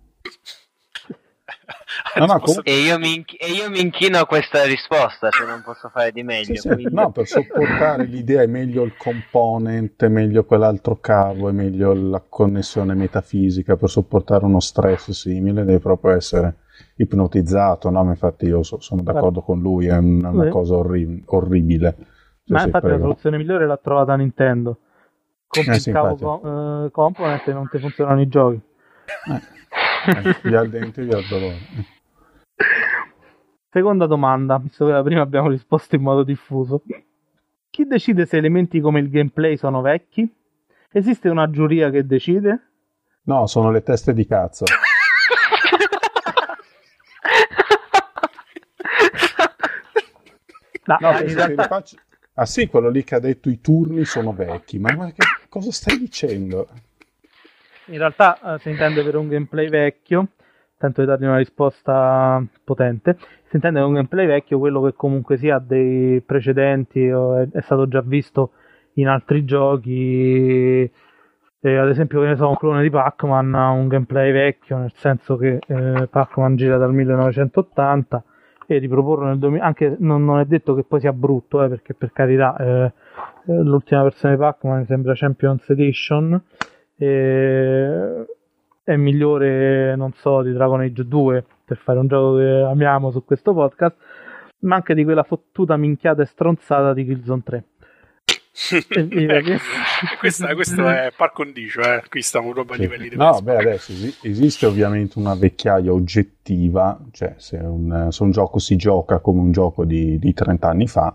No, no, com- e, io mi inch- e io mi inchino a questa risposta, se non posso fare di meglio. Sì, sì. No, per sopportare l'idea è meglio il component, è meglio quell'altro cavo, è meglio la connessione metafisica. Per sopportare uno stress simile devi proprio essere ipnotizzato, no? Infatti io so- sono d'accordo con lui, è una, una cosa orri- orribile. Ma sì, infatti prego. La soluzione migliore l'ha trovata Nintendo. Compri Eh, il sì, cavo co- uh, component e non ti funzionano i giochi. Eh, eh, via il dente, via il dolore. Seconda domanda, visto che la prima abbiamo risposto in modo diffuso. Chi decide se elementi come il gameplay sono vecchi? Esiste una giuria che decide? No, sono le teste di cazzo. No, no, in penso realtà... che faccio... Ah sì, quello lì che ha detto i turni sono vecchi, ma, ma che cosa stai dicendo? In realtà uh, si intende per un gameplay vecchio, tento di dargli una risposta potente, si intende per un gameplay vecchio quello che comunque sia dei precedenti o è, è stato già visto in altri giochi, eh, ad esempio che ne so, un clone di Pac-Man ha un gameplay vecchio, nel senso che eh, Pac-Man gira dal millenovecentottanta e riproporlo nel duemila, anche non, non è detto che poi sia brutto, eh, perché per carità eh, l'ultima versione di Pac-Man mi sembra Champions Edition, e è migliore, non so, di Dragon Age due, per fare un gioco che amiamo su questo podcast, ma anche di quella fottuta minchiata e stronzata di Killzone tre. Ecco, questa, questo è par condicio, eh. Qui stiamo proprio a sì. livelli di no beh adesso es- esiste ovviamente una vecchiaia oggettiva, cioè se un, se un gioco si gioca come un gioco di, di trenta anni fa,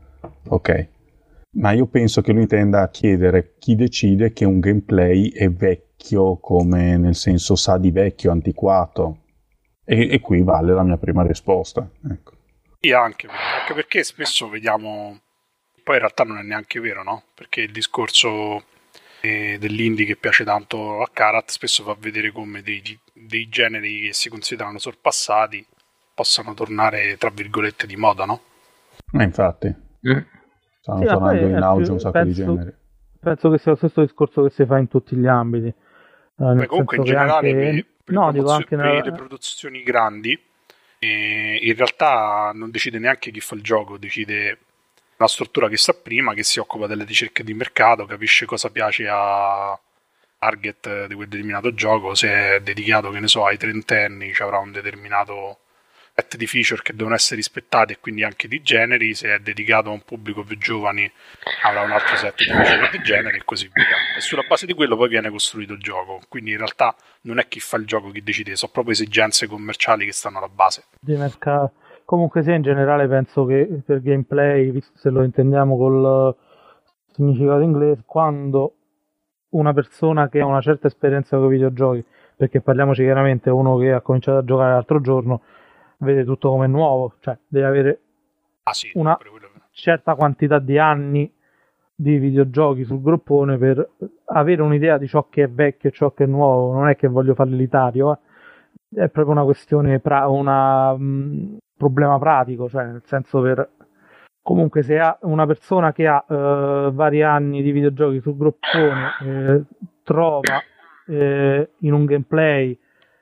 ok, ma io penso che lui intenda chiedere chi decide che un gameplay è vecchio, come nel senso sa di vecchio, antiquato, e, e qui vale la mia prima risposta, ecco. Sì, anche, anche perché spesso vediamo, poi in realtà non è neanche vero, no? Perché il discorso eh, dell'indie che piace tanto a Karat spesso fa vedere come dei, dei generi che si considerano sorpassati possano tornare, tra virgolette, di moda, no? Ma infatti mm. stanno sì, tornando in auge più, un sacco penso, di generi. Penso che sia lo stesso discorso che si fa in tutti gli ambiti. Eh, Beh, comunque in generale anche... per, per, no, le dico anche per nella... le produzioni grandi eh, in realtà non decide neanche chi fa il gioco, decide una struttura che sta prima, che si occupa delle ricerche di mercato, capisce cosa piace a target di quel determinato gioco, se è dedicato, che ne so, ai trentenni ci avrà un determinato set di feature che devono essere rispettati e quindi anche di generi, se è dedicato a un pubblico più giovani avrà un altro set di feature di generi e così via, e sulla base di quello poi viene costruito il gioco, quindi in realtà non è chi fa il gioco chi decide, sono proprio esigenze commerciali che stanno alla base di mercato. Comunque sì, in generale penso che per gameplay, visto se lo intendiamo col significato inglese, quando una persona che ha una certa esperienza con i videogiochi, perché parliamoci chiaramente, uno che ha cominciato a giocare l'altro giorno vede tutto come nuovo, cioè deve avere ah, sì, una certa quantità di anni di videogiochi sul groppone per avere un'idea di ciò che è vecchio e ciò che è nuovo. Non è che voglio fare l'elitario, eh. È proprio una questione, pra- una um, problema pratico, cioè nel senso, per comunque se ha una persona che ha uh, vari anni di videogiochi sul groppone eh, trova eh, in un gameplay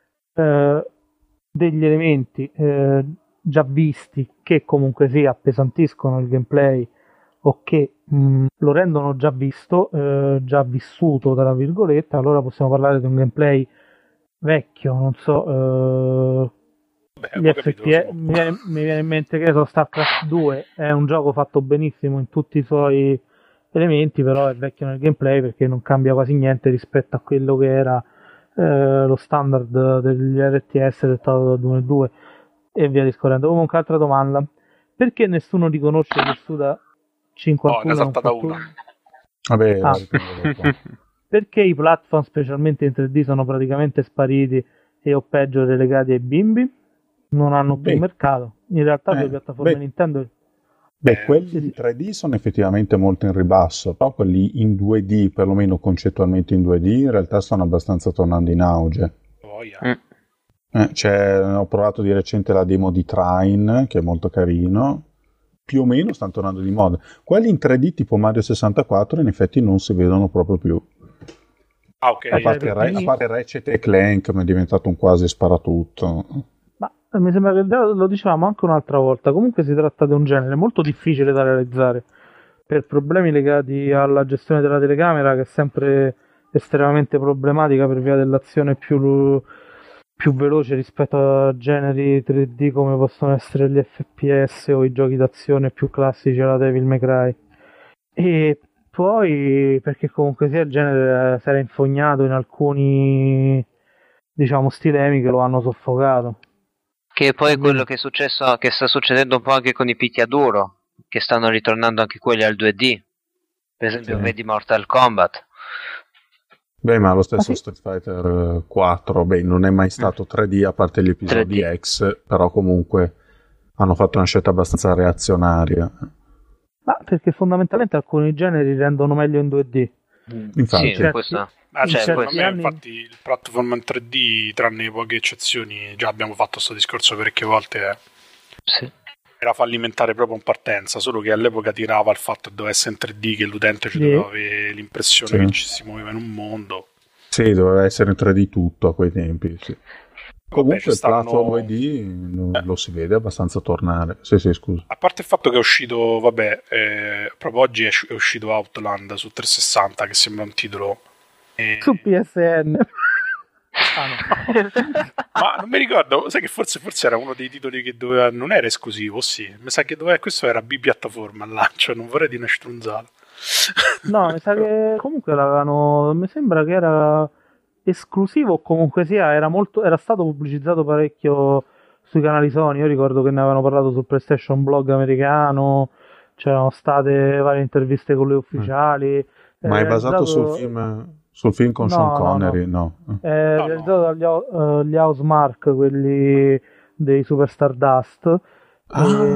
eh, degli elementi eh, già visti che comunque sia appesantiscono il gameplay o che mh, lo rendono già visto, eh, già vissuto tra virgolette, allora possiamo parlare di un gameplay vecchio, non so, eh, Beh, gli F P S, mi viene, mi viene in mente che so, StarCraft due è un gioco fatto benissimo in tutti i suoi elementi, però è vecchio nel gameplay perché non cambia quasi niente rispetto a quello che era eh, lo standard degli R T S dettato dal duemiladue e via discorrendo. Comunque altra domanda: perché nessuno riconosce che Suda cinquantuno no, ne è saltata una. Vabbè, ah. Perché i platform specialmente in tre D sono praticamente spariti e o peggio relegati ai bimbi? Non hanno più beh, mercato. In realtà eh, le piattaforme beh, Nintendo beh, quelli in tre D sono effettivamente molto in ribasso, però quelli in due D, perlomeno concettualmente in due D, in realtà stanno abbastanza tornando in auge. Oh, yeah. eh. Eh, c'è, ho provato di recente la demo di Trine, che è molto carino, più o meno stanno tornando di moda. Quelli in tre D tipo Mario sessantaquattro in effetti non si vedono proprio più. Ah, ok. A parte, Re- a parte Ratchet e Clank, ma è diventato un quasi sparatutto. Ma mi sembra che lo dicevamo anche un'altra volta. Comunque si tratta di un genere molto difficile da realizzare per problemi legati alla gestione della telecamera, che è sempre estremamente problematica per via dell'azione più, più veloce rispetto a generi tre D come possono essere gli F P S o i giochi d'azione più classici alla Devil May Cry. E poi perché comunque sia il genere si era infognato in alcuni, diciamo, stilemi che lo hanno soffocato. Che poi è quello che è successo, che sta succedendo un po' anche con i picchiaduro, che stanno ritornando anche quelli al due D. Per esempio, Sì. vedi Mortal Kombat. Beh, ma lo stesso Ah, sì. Street Fighter quattro, beh, non è mai stato tre D a parte gli episodi tre D. X, però comunque hanno fatto una scelta abbastanza reazionaria. Ma perché fondamentalmente alcuni generi rendono meglio in due D. Infatti. Sì, Certi- questo. Ah, in cioè, Cioè, secondo certi me, anni- infatti, il platform in tre D, tranne poche eccezioni, già abbiamo fatto questo discorso parecchie volte, eh, Sì. era fallimentare proprio in partenza, solo che all'epoca tirava il fatto che dovesse essere in tre D, che l'utente ci Sì. doveva avere l'impressione Sì. che ci si muoveva in un mondo. Sì, doveva essere in tre D tutto a quei tempi, sì. Comunque ci il stanno- platform due D lo, lo si vede abbastanza tornare. Sì, sì, scusa. A parte il fatto che è uscito, vabbè, eh, proprio oggi è, è uscito Outland su trecentosessanta, che sembra un titolo... eh, Su P S N. Ah, no. Ma non mi ricordo, sai che forse, forse era uno dei titoli che doveva, non era esclusivo, sì, mi sa che doveva, questo era bipiattaforma al lancio, non vorrei di una stronzata. No, mi sa che comunque l'avevano. Mi sembra che era esclusivo o comunque sia, era molto. Era stato pubblicizzato parecchio sui canali Sony. Io ricordo che ne avevano parlato sul PlayStation Blog americano. C'erano state varie interviste con le ufficiali. Ma è basato realizzato- sul film, sul film con No, Sean no, Connery? No. È no. realizzato dagli Hou- eh, gli Housemarque, quelli dei Super Stardust. Ah.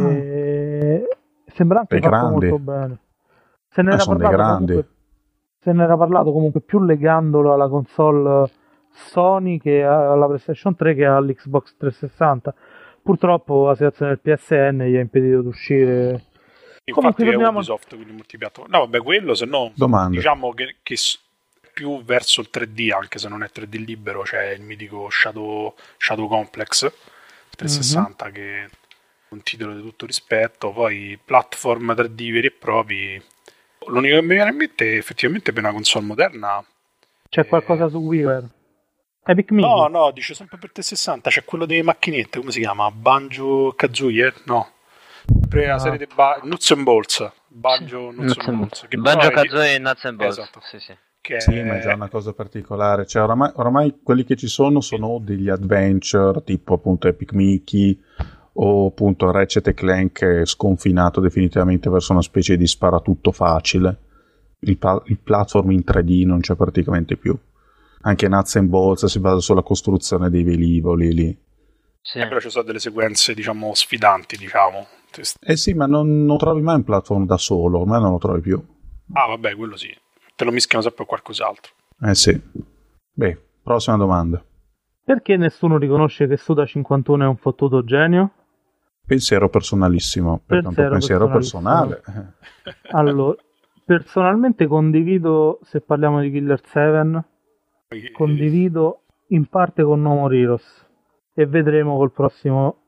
E sembra anche Dei fatto grandi. molto bene. Se ne Ah, era sono dei parlato grandi. comunque, se ne era parlato comunque più legandolo alla console Sony che alla PlayStation tre che all'Xbox trecentosessanta. Purtroppo la situazione del P S N gli ha impedito di uscire. Infatti Comunque è torniamo- Ubisoft, quindi multipiattaforma. No, vabbè, quello, se no, Domande. diciamo che, che s- più verso il tre D, anche se non è tre D libero, c'è il mitico Shadow, Shadow Complex trecentosessanta, che è un titolo di tutto rispetto. Poi platform tre D veri e propri. L'unico che mi viene in mente è effettivamente per una console moderna. C'è Eh, qualcosa su WiiWare? Epic Mini? No, no, dice sempre per trecentosessanta, c'è quello delle macchinette, come si chiama? Banjo Kazooie? No. Sempre la Ah. serie di ba- Nuts and Bolts. Banjo Nuts Nuts and and Bolts. che Banjo però è di- Kazooie e Nuts and Bolts. Esatto. Sì, sì. che Sì, ma è già una cosa particolare. Cioè, oramai, oramai quelli che ci sono sono degli adventure, tipo appunto Epic Mickey o appunto Ratchet e Clank, che è sconfinato definitivamente verso una specie di sparatutto facile. Il, pa- il platform in tre D non c'è praticamente più. Anche Nuts and Bolts si basa sulla costruzione dei velivoli lì. Sì. Eh, però ci sono delle sequenze, diciamo, sfidanti, diciamo. Eh sì, ma non, non trovi mai un platform da solo, ormai non lo trovi più. Ah, vabbè, quello sì. Te lo mischiano sempre con qualcos'altro. Eh sì. Beh, prossima domanda. Perché nessuno riconosce che Suda cinquantuno è un fottuto genio? Pensiero personalissimo, pertanto Pensiero pensiero personalissimo. personale. Allora, personalmente condivido, se parliamo di Killer sette, Poi, condivido in parte con No More Heroes. E vedremo col prossimo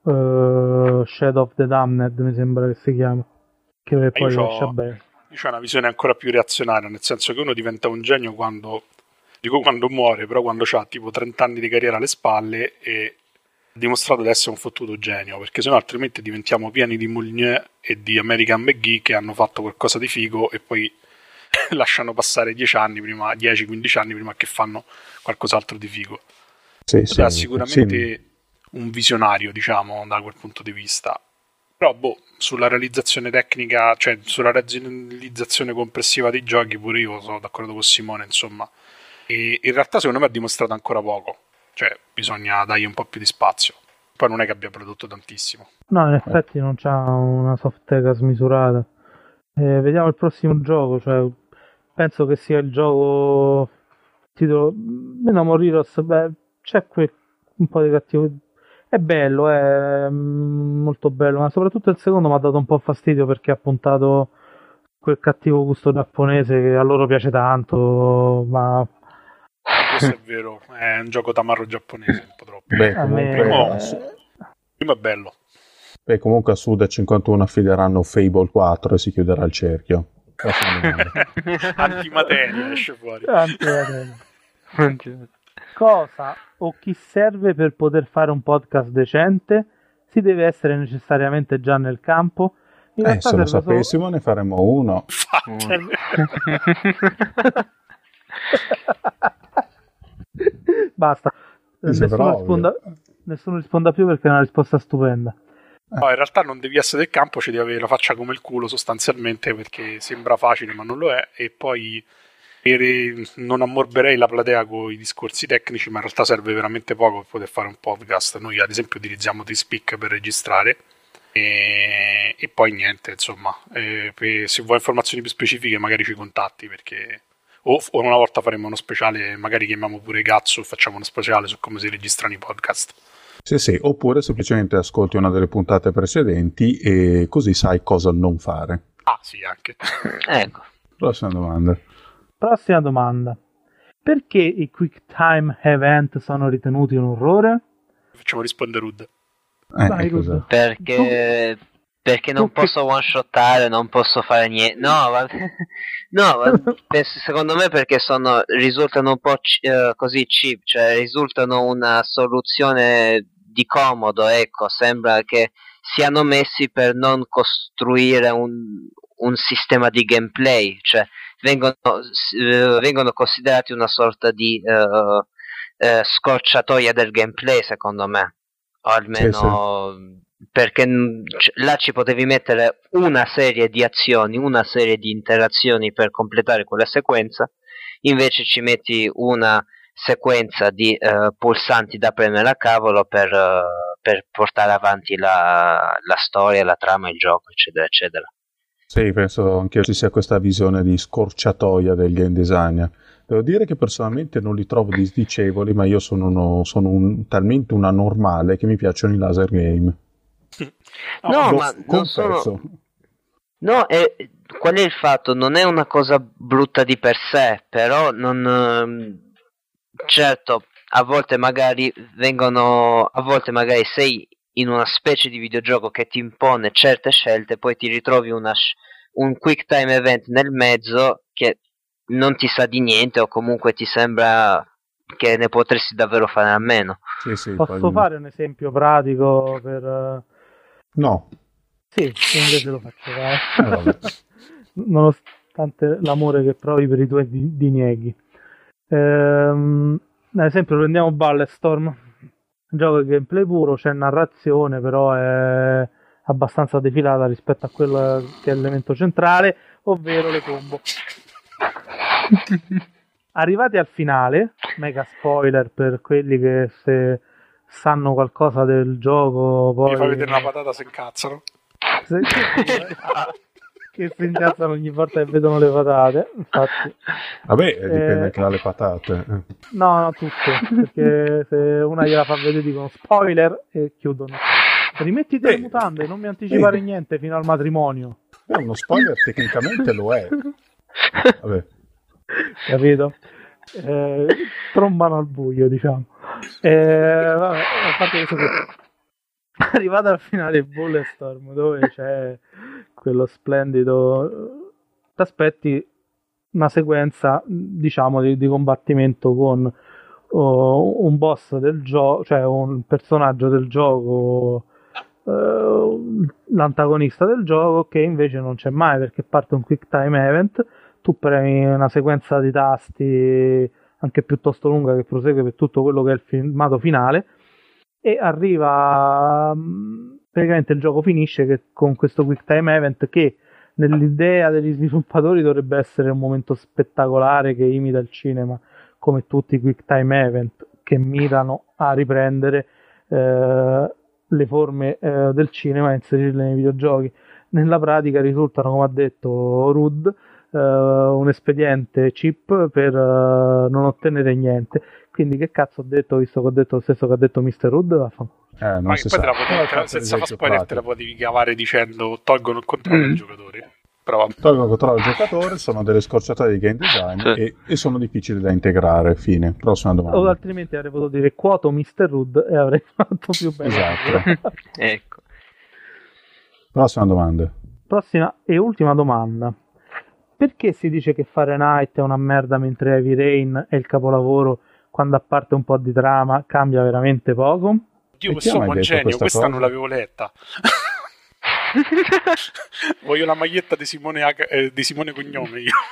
eh, Shadow of the Damned, mi sembra che si chiama. Che poi io esce a c'ho- breve. Io ho una visione ancora più reazionaria, nel senso che uno diventa un genio quando, dico quando muore, però quando ha tipo trenta anni di carriera alle spalle e ha dimostrato di essere un fottuto genio, perché sennò altrimenti diventiamo pieni di Moulinier e di American McGee che hanno fatto qualcosa di figo e poi lasciano passare dieci anni prima, dieci quindici anni prima che fanno qualcos'altro di figo. Sì, Suda è sì, sicuramente sì. un visionario, diciamo, da quel punto di vista. Però, boh, sulla realizzazione tecnica, cioè sulla realizzazione complessiva dei giochi, pure io sono d'accordo con Simone, insomma. E in realtà, secondo me, ha dimostrato ancora poco. Cioè, bisogna dargli un po' più di spazio. Poi non è che abbia prodotto tantissimo. No, in effetti non c'ha una soft tech smisurata. Eh, vediamo il prossimo gioco. Cioè, penso che sia il gioco titolo. No More Heroes, beh, c'è quel, un po' di cattivo. È bello, è mm, molto bello, ma soprattutto il secondo mi ha dato un po' fastidio perché ha puntato quel cattivo gusto giapponese che a loro piace tanto, ma questo è vero, è un gioco tamarro giapponese, un po' troppo. Beh, a me... comunque, Primo, primo è bello. beh, comunque a Suda cinquantuno affideranno Fable quattro e si chiuderà il cerchio. Antimateria esce fuori. Antimateria. Cosa o chi serve per poter fare un podcast decente? Si deve essere necessariamente già nel campo? In Eh, se lo serve sapessimo solo... ne faremmo uno. Fatene. Basta. Nessuno risponda... Nessuno risponda più perché è una risposta stupenda. No, in realtà non devi essere del campo, ci devi avere la faccia come il culo sostanzialmente, perché sembra facile ma non lo è, e poi per, non ammorberei la platea con i discorsi tecnici, ma in realtà serve veramente poco per poter fare un podcast. Noi ad esempio utilizziamo Teamspeak per registrare e, e poi niente, insomma, eh, per, se vuoi informazioni più specifiche magari ci contatti, perché o, o una volta faremo uno speciale, magari chiamiamo pure Cazzo e facciamo uno speciale su come si registrano i podcast. Sì, sì, oppure semplicemente ascolti una delle puntate precedenti e così sai cosa non fare. Ah, sì, anche. Ecco. Prossima domanda. Prossima domanda. Perché i quick time event sono ritenuti un orrore? Facciamo rispondere Rud. Eh, Vai, cosa? Rud. Perché, perché non Tu che- posso one shottare, non posso fare niente. No, va- no, va- penso- secondo me perché sono, risultano un po' c- eh, così cheap, cioè risultano una soluzione di comodo, ecco, sembra che siano messi per non costruire un, un sistema di gameplay, cioè vengono, eh, vengono considerati una sorta di eh, eh, scorciatoia del gameplay, secondo me, o almeno perché mm, c- là ci potevi mettere una serie di azioni, una serie di interazioni per completare quella sequenza, invece ci metti una sequenza di eh, pulsanti da premere a cavolo per, eh, per portare avanti la, la storia, la trama, il gioco, eccetera, eccetera. Sì, penso anche ci sia questa visione di scorciatoia del game designer. Devo dire che personalmente non li trovo disdicevoli, ma io sono, uno, sono un, talmente una normale che mi piacciono i laser game. No, Lo ma non sono... confesso. No, è, qual è il fatto? Non è una cosa brutta di per sé, però non... ehm, certo, a volte magari vengono... A volte magari sei in una specie di videogioco che ti impone certe scelte, poi ti ritrovi una, sc- un quick time event nel mezzo che non ti sa di niente o comunque ti sembra che ne potresti davvero fare a meno. Sì, sì, Posso poi- fare un esempio pratico per... eh, No. Sì, invece lo faccio, vai. Eh, vabbè. Nonostante l'amore che provi per i tuoi di- dinieghi. Ehm, ad esempio prendiamo Balletstorm, un gioco di gameplay puro, c'è narrazione, però è abbastanza defilata rispetto a quello che è l'elemento centrale, ovvero le combo. Arrivati al finale, mega spoiler per quelli che se sanno qualcosa del gioco poi Mi fa vedere una patata se incazzano. Se- che si incazzano ogni volta che vedono le patate, infatti. Vabbè, eh, dipende Eh, anche dalle patate. Eh. No, no, tutte, perché se una gliela fa vedere dicono spoiler e chiudono. Rimettiti le Eh, mutande, non mi anticipare eh. niente fino al matrimonio. È uno spoiler, tecnicamente lo è. Vabbè. Capito? Eh, trombano al buio, diciamo. Eh, vabbè, a parte questo qui. Arrivato al finale di Bulletstorm, dove c'è quello splendido, ti aspetti una sequenza, diciamo, di, di combattimento con oh, un boss del gioco, cioè un personaggio del gioco, eh, l'antagonista del gioco, che invece non c'è mai perché parte un quick time event. Tu premi una sequenza di tasti anche piuttosto lunga che prosegue per tutto quello che è il filmato finale e arriva mh, praticamente il gioco finisce che con questo quick time event che nell'idea degli sviluppatori dovrebbe essere un momento spettacolare che imita il cinema, come tutti i quick time event che mirano a riprendere eh, le forme eh, del cinema e inserirle nei videogiochi. Nella pratica risultano, come ha detto Rud, Uh, un espediente cheap per uh, non ottenere niente, Quindi che cazzo ho detto, visto che ho detto lo stesso che ha detto mister Hood? Vaffanculo. Eh, non Ma si poi sa. te la potevi, te la- senza far spoiler te la potevi cavare dicendo tolgono il controllo Mm. dei giocatori. Però vabbè. Tolgono il controllo del giocatore, sono delle scorciatoie di game design Sì. e, e sono difficili da integrare. Fine. Prossima O domanda. altrimenti avrei potuto dire quoto mister Hood e avrei fatto più bene. Esatto. Ecco. Prossima domanda. Prossima e ultima domanda. Perché si dice che Fahrenheit è una merda mentre Heavy Rain è il capolavoro, quando a parte un po' di trama cambia veramente poco? Dio, E questo chi ha è mai un detto genio, questa questa cosa? non l'avevo letta. Voglio la maglietta di Simone, H- eh, di Simone Cognome io.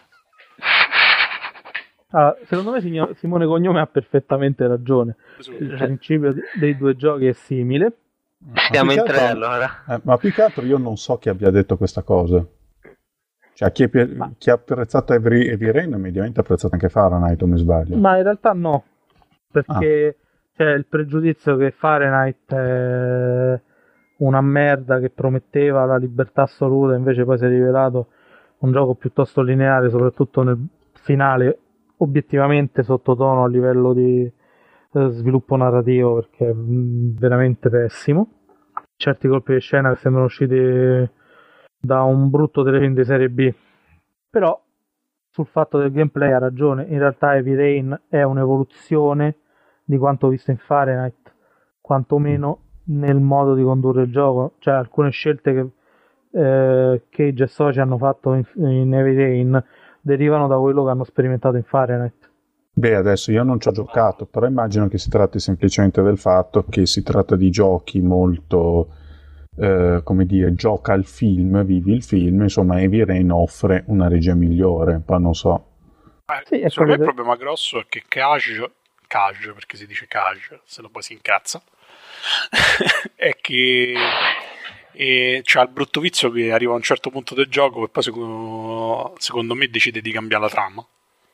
Allora, secondo me signor- Simone Cognome ha perfettamente ragione. Il principio di- dei due giochi è simile. Siamo Ma in più che tre altro- allora. eh, ma più che altro io non so chi abbia detto questa cosa. Cioè, chi, è pi- Ma- chi ha apprezzato Heavy, Heavy Rain mediamente ha apprezzato anche Fahrenheit, o mi sbaglio? Ma in realtà no, perché c'è il pregiudizio che Fahrenheit è una merda che prometteva la libertà assoluta, invece poi si è rivelato un gioco piuttosto lineare, soprattutto nel finale, obiettivamente sottotono a livello di eh, sviluppo narrativo, perché è mm, veramente pessimo. Certi colpi di scena che sembrano usciti da un brutto telefilm di serie B. Però sul fatto del gameplay ha ragione, in realtà Heavy Rain è un'evoluzione di quanto visto in Fahrenheit, quantomeno nel modo di condurre il gioco. Cioè alcune scelte che eh, Cage e Soci hanno fatto in, in Heavy Rain derivano da quello che hanno sperimentato in Fahrenheit. Beh, adesso io non ci ho giocato, però immagino che si tratti semplicemente del fatto che si tratta di giochi molto, eh, come dire, gioca il film, vivi il film, insomma Heavy Rain offre una regia migliore, poi non so. Eh, Sì, è secondo me quello il problema grosso è che Cage, Cage perché si dice Cage, se no poi si incazza, è che e c'ha il brutto vizio che arriva a un certo punto del gioco e poi secondo, secondo me decide di cambiare la trama.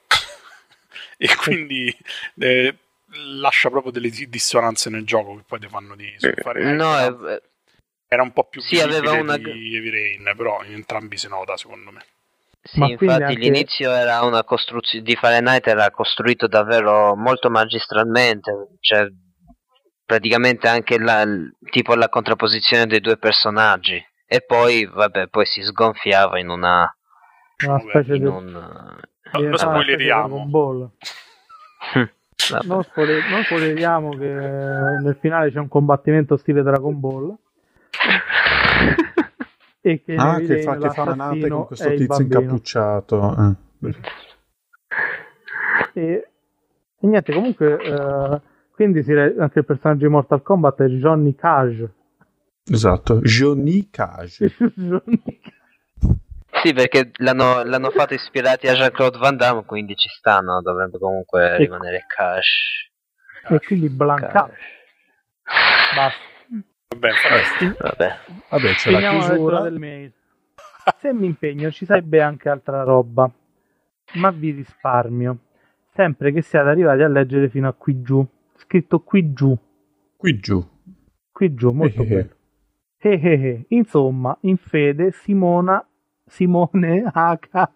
E quindi eh, lascia proprio delle dissonanze nel gioco che poi ti fanno di fare. No, era, è- era un po' più sì, visibile aveva una- di Heavy Rain, però in entrambi si nota secondo me. Sì, Ma quindi infatti anche- l'inizio era una costruzione di Fahrenheit era costruito davvero molto magistralmente, cioè praticamente anche la, tipo la contrapposizione dei due personaggi e poi vabbè poi si sgonfiava in una Una Vabbè, specie in di un No, diventava lo una specie di spoileriamo. Dragon Ball. vabbè. Non, spoiler- non spoileriamo che nel finale c'è un combattimento stile Dragon Ball e che Ah, Heavy che Rain, fa, che fa manate l'assassino con è questo il tizio bambino. incappucciato. eh. E, e niente, comunque eh, quindi si re- anche il personaggio di Mortal Kombat è Johnny Cage. Esatto, Johnny Cage. Johnny Cage. Sì, perché l'hanno, l'hanno fatto ispirati a Jean-Claude Van Damme, quindi ci stanno, dovrebbe comunque E- rimanere cash. E quindi Blanca. Basta. Vabbè, faresti. Vabbè. Vabbè, c'è la Finiamo la lettura chiusura. del mail. Se mi impegno ci sarebbe anche altra roba, ma vi risparmio, sempre che siate arrivati a leggere fino a qui giù. Scritto qui giù, Qui giù. qui giù, molto Eh, eh, bello. Eh, eh, eh. Insomma, in fede, Simona, Simone H.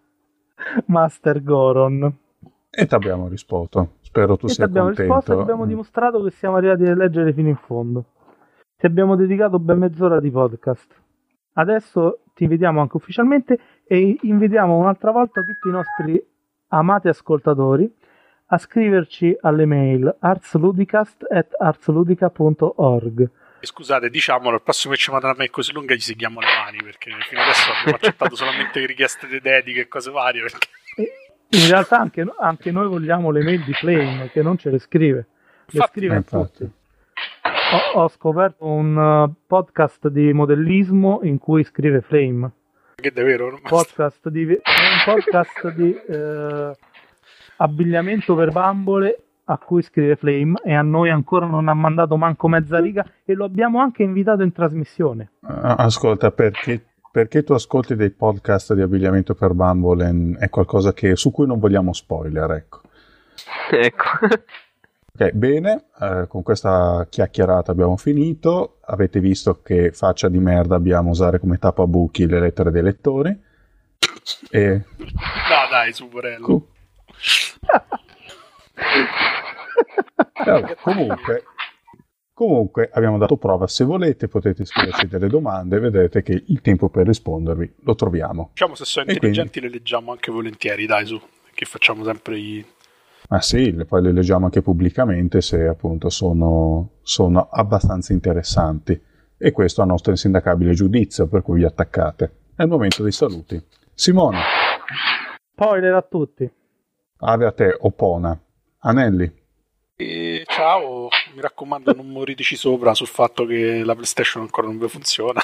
Master Goron. E ti abbiamo risposto. Spero tu E ti sia abbiamo contento. risposto e abbiamo dimostrato che siamo arrivati a leggere fino in fondo. Ti abbiamo dedicato ben mezz'ora di podcast. Adesso ti invitiamo anche ufficialmente e invitiamo un'altra volta tutti i nostri amati ascoltatori a scriverci alle mail artsludicast at artsludica punto org. E scusate, diciamolo, il prossimo che ci mandano a me così lunga gli seghiamo le mani, perché fino adesso abbiamo accettato solamente richieste di dediche e cose varie. Perché... In realtà anche, anche noi vogliamo le mail di Flame, che non ce le scrive. Le Infatti, scrive a infatti. tutti. Ho, ho scoperto un uh, podcast di modellismo in cui scrive Flame. Che davvero? Non Podcast di, è un podcast di eh, abbigliamento per bambole a cui scrive Flame e a noi ancora non ha mandato manco mezza riga e lo abbiamo anche invitato in trasmissione. Ah, ascolta, perché, perché tu ascolti dei podcast di abbigliamento per bambole è qualcosa che, su cui non vogliamo spoiler, ecco. Ecco. Ok, bene, eh, con questa chiacchierata abbiamo finito. Avete visto che faccia di merda abbiamo usare come tappabuchi le lettere dei lettori. E No, dai, su, Porello. cu- Allora, comunque, comunque abbiamo dato prova. Se volete potete scriverci delle domande, vedete che il tempo per rispondervi lo troviamo. Diciamo, se sono E intelligenti quindi- le leggiamo anche volentieri, dai, su, che facciamo sempre i... Ma sì, le- poi le leggiamo anche pubblicamente se appunto sono, sono abbastanza interessanti. E questo a nostro insindacabile giudizio, per cui vi attaccate. È il momento dei saluti. Simone, Spoiler a tutti. Ave a te, Opona. Anelli, E ciao, mi raccomando non moriteci sopra sul fatto che la PlayStation ancora non vi funziona.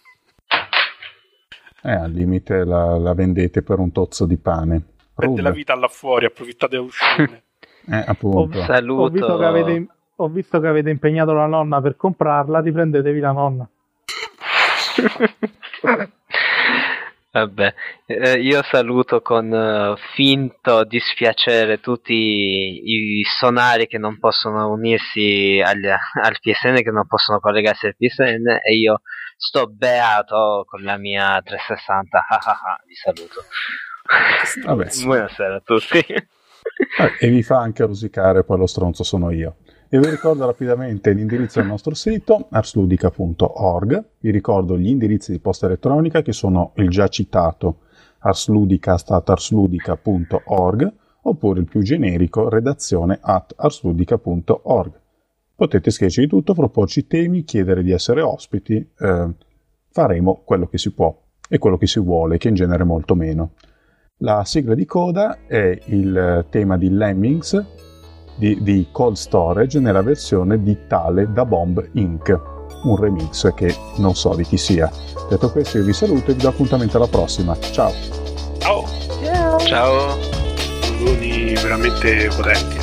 eh, al limite la, la vendete per un tozzo di pane. Prende la Rulle. vita là fuori, approfittate da uscire. Eh, appunto. Ho Saluto. visto, che avete, ho visto che avete impegnato la nonna per comprarla, riprendetevi la nonna. Vabbè, eh, io saluto con eh, finto dispiacere tutti i, i sonari che non possono unirsi agli- al P S N, che non possono collegarsi al P S N, e io sto beato con la mia trecentosessanta. Ah, ah, ah, vi saluto. Vabbè. Buonasera a tutti. Eh, e vi fa anche rosicare, poi lo stronzo sono io. E vi ricordo rapidamente l'indirizzo del nostro sito, arsludica punto org. Vi ricordo gli indirizzi di posta elettronica, che sono il già citato arsludicast at arsludica punto org, oppure il più generico redazione at arsludica punto org. Potete scriverci di tutto, proporci temi, chiedere di essere ospiti. Eh, faremo quello che si può e quello che si vuole, che in genere è molto meno. La sigla di coda è il tema di Lemmings di, di Cold Storage nella versione di Tale da Bomb incorporated, un remix che non so di chi sia. Detto questo io vi saluto e vi do appuntamento alla prossima. Ciao! Ciao, Ciao. salutoni veramente potenti.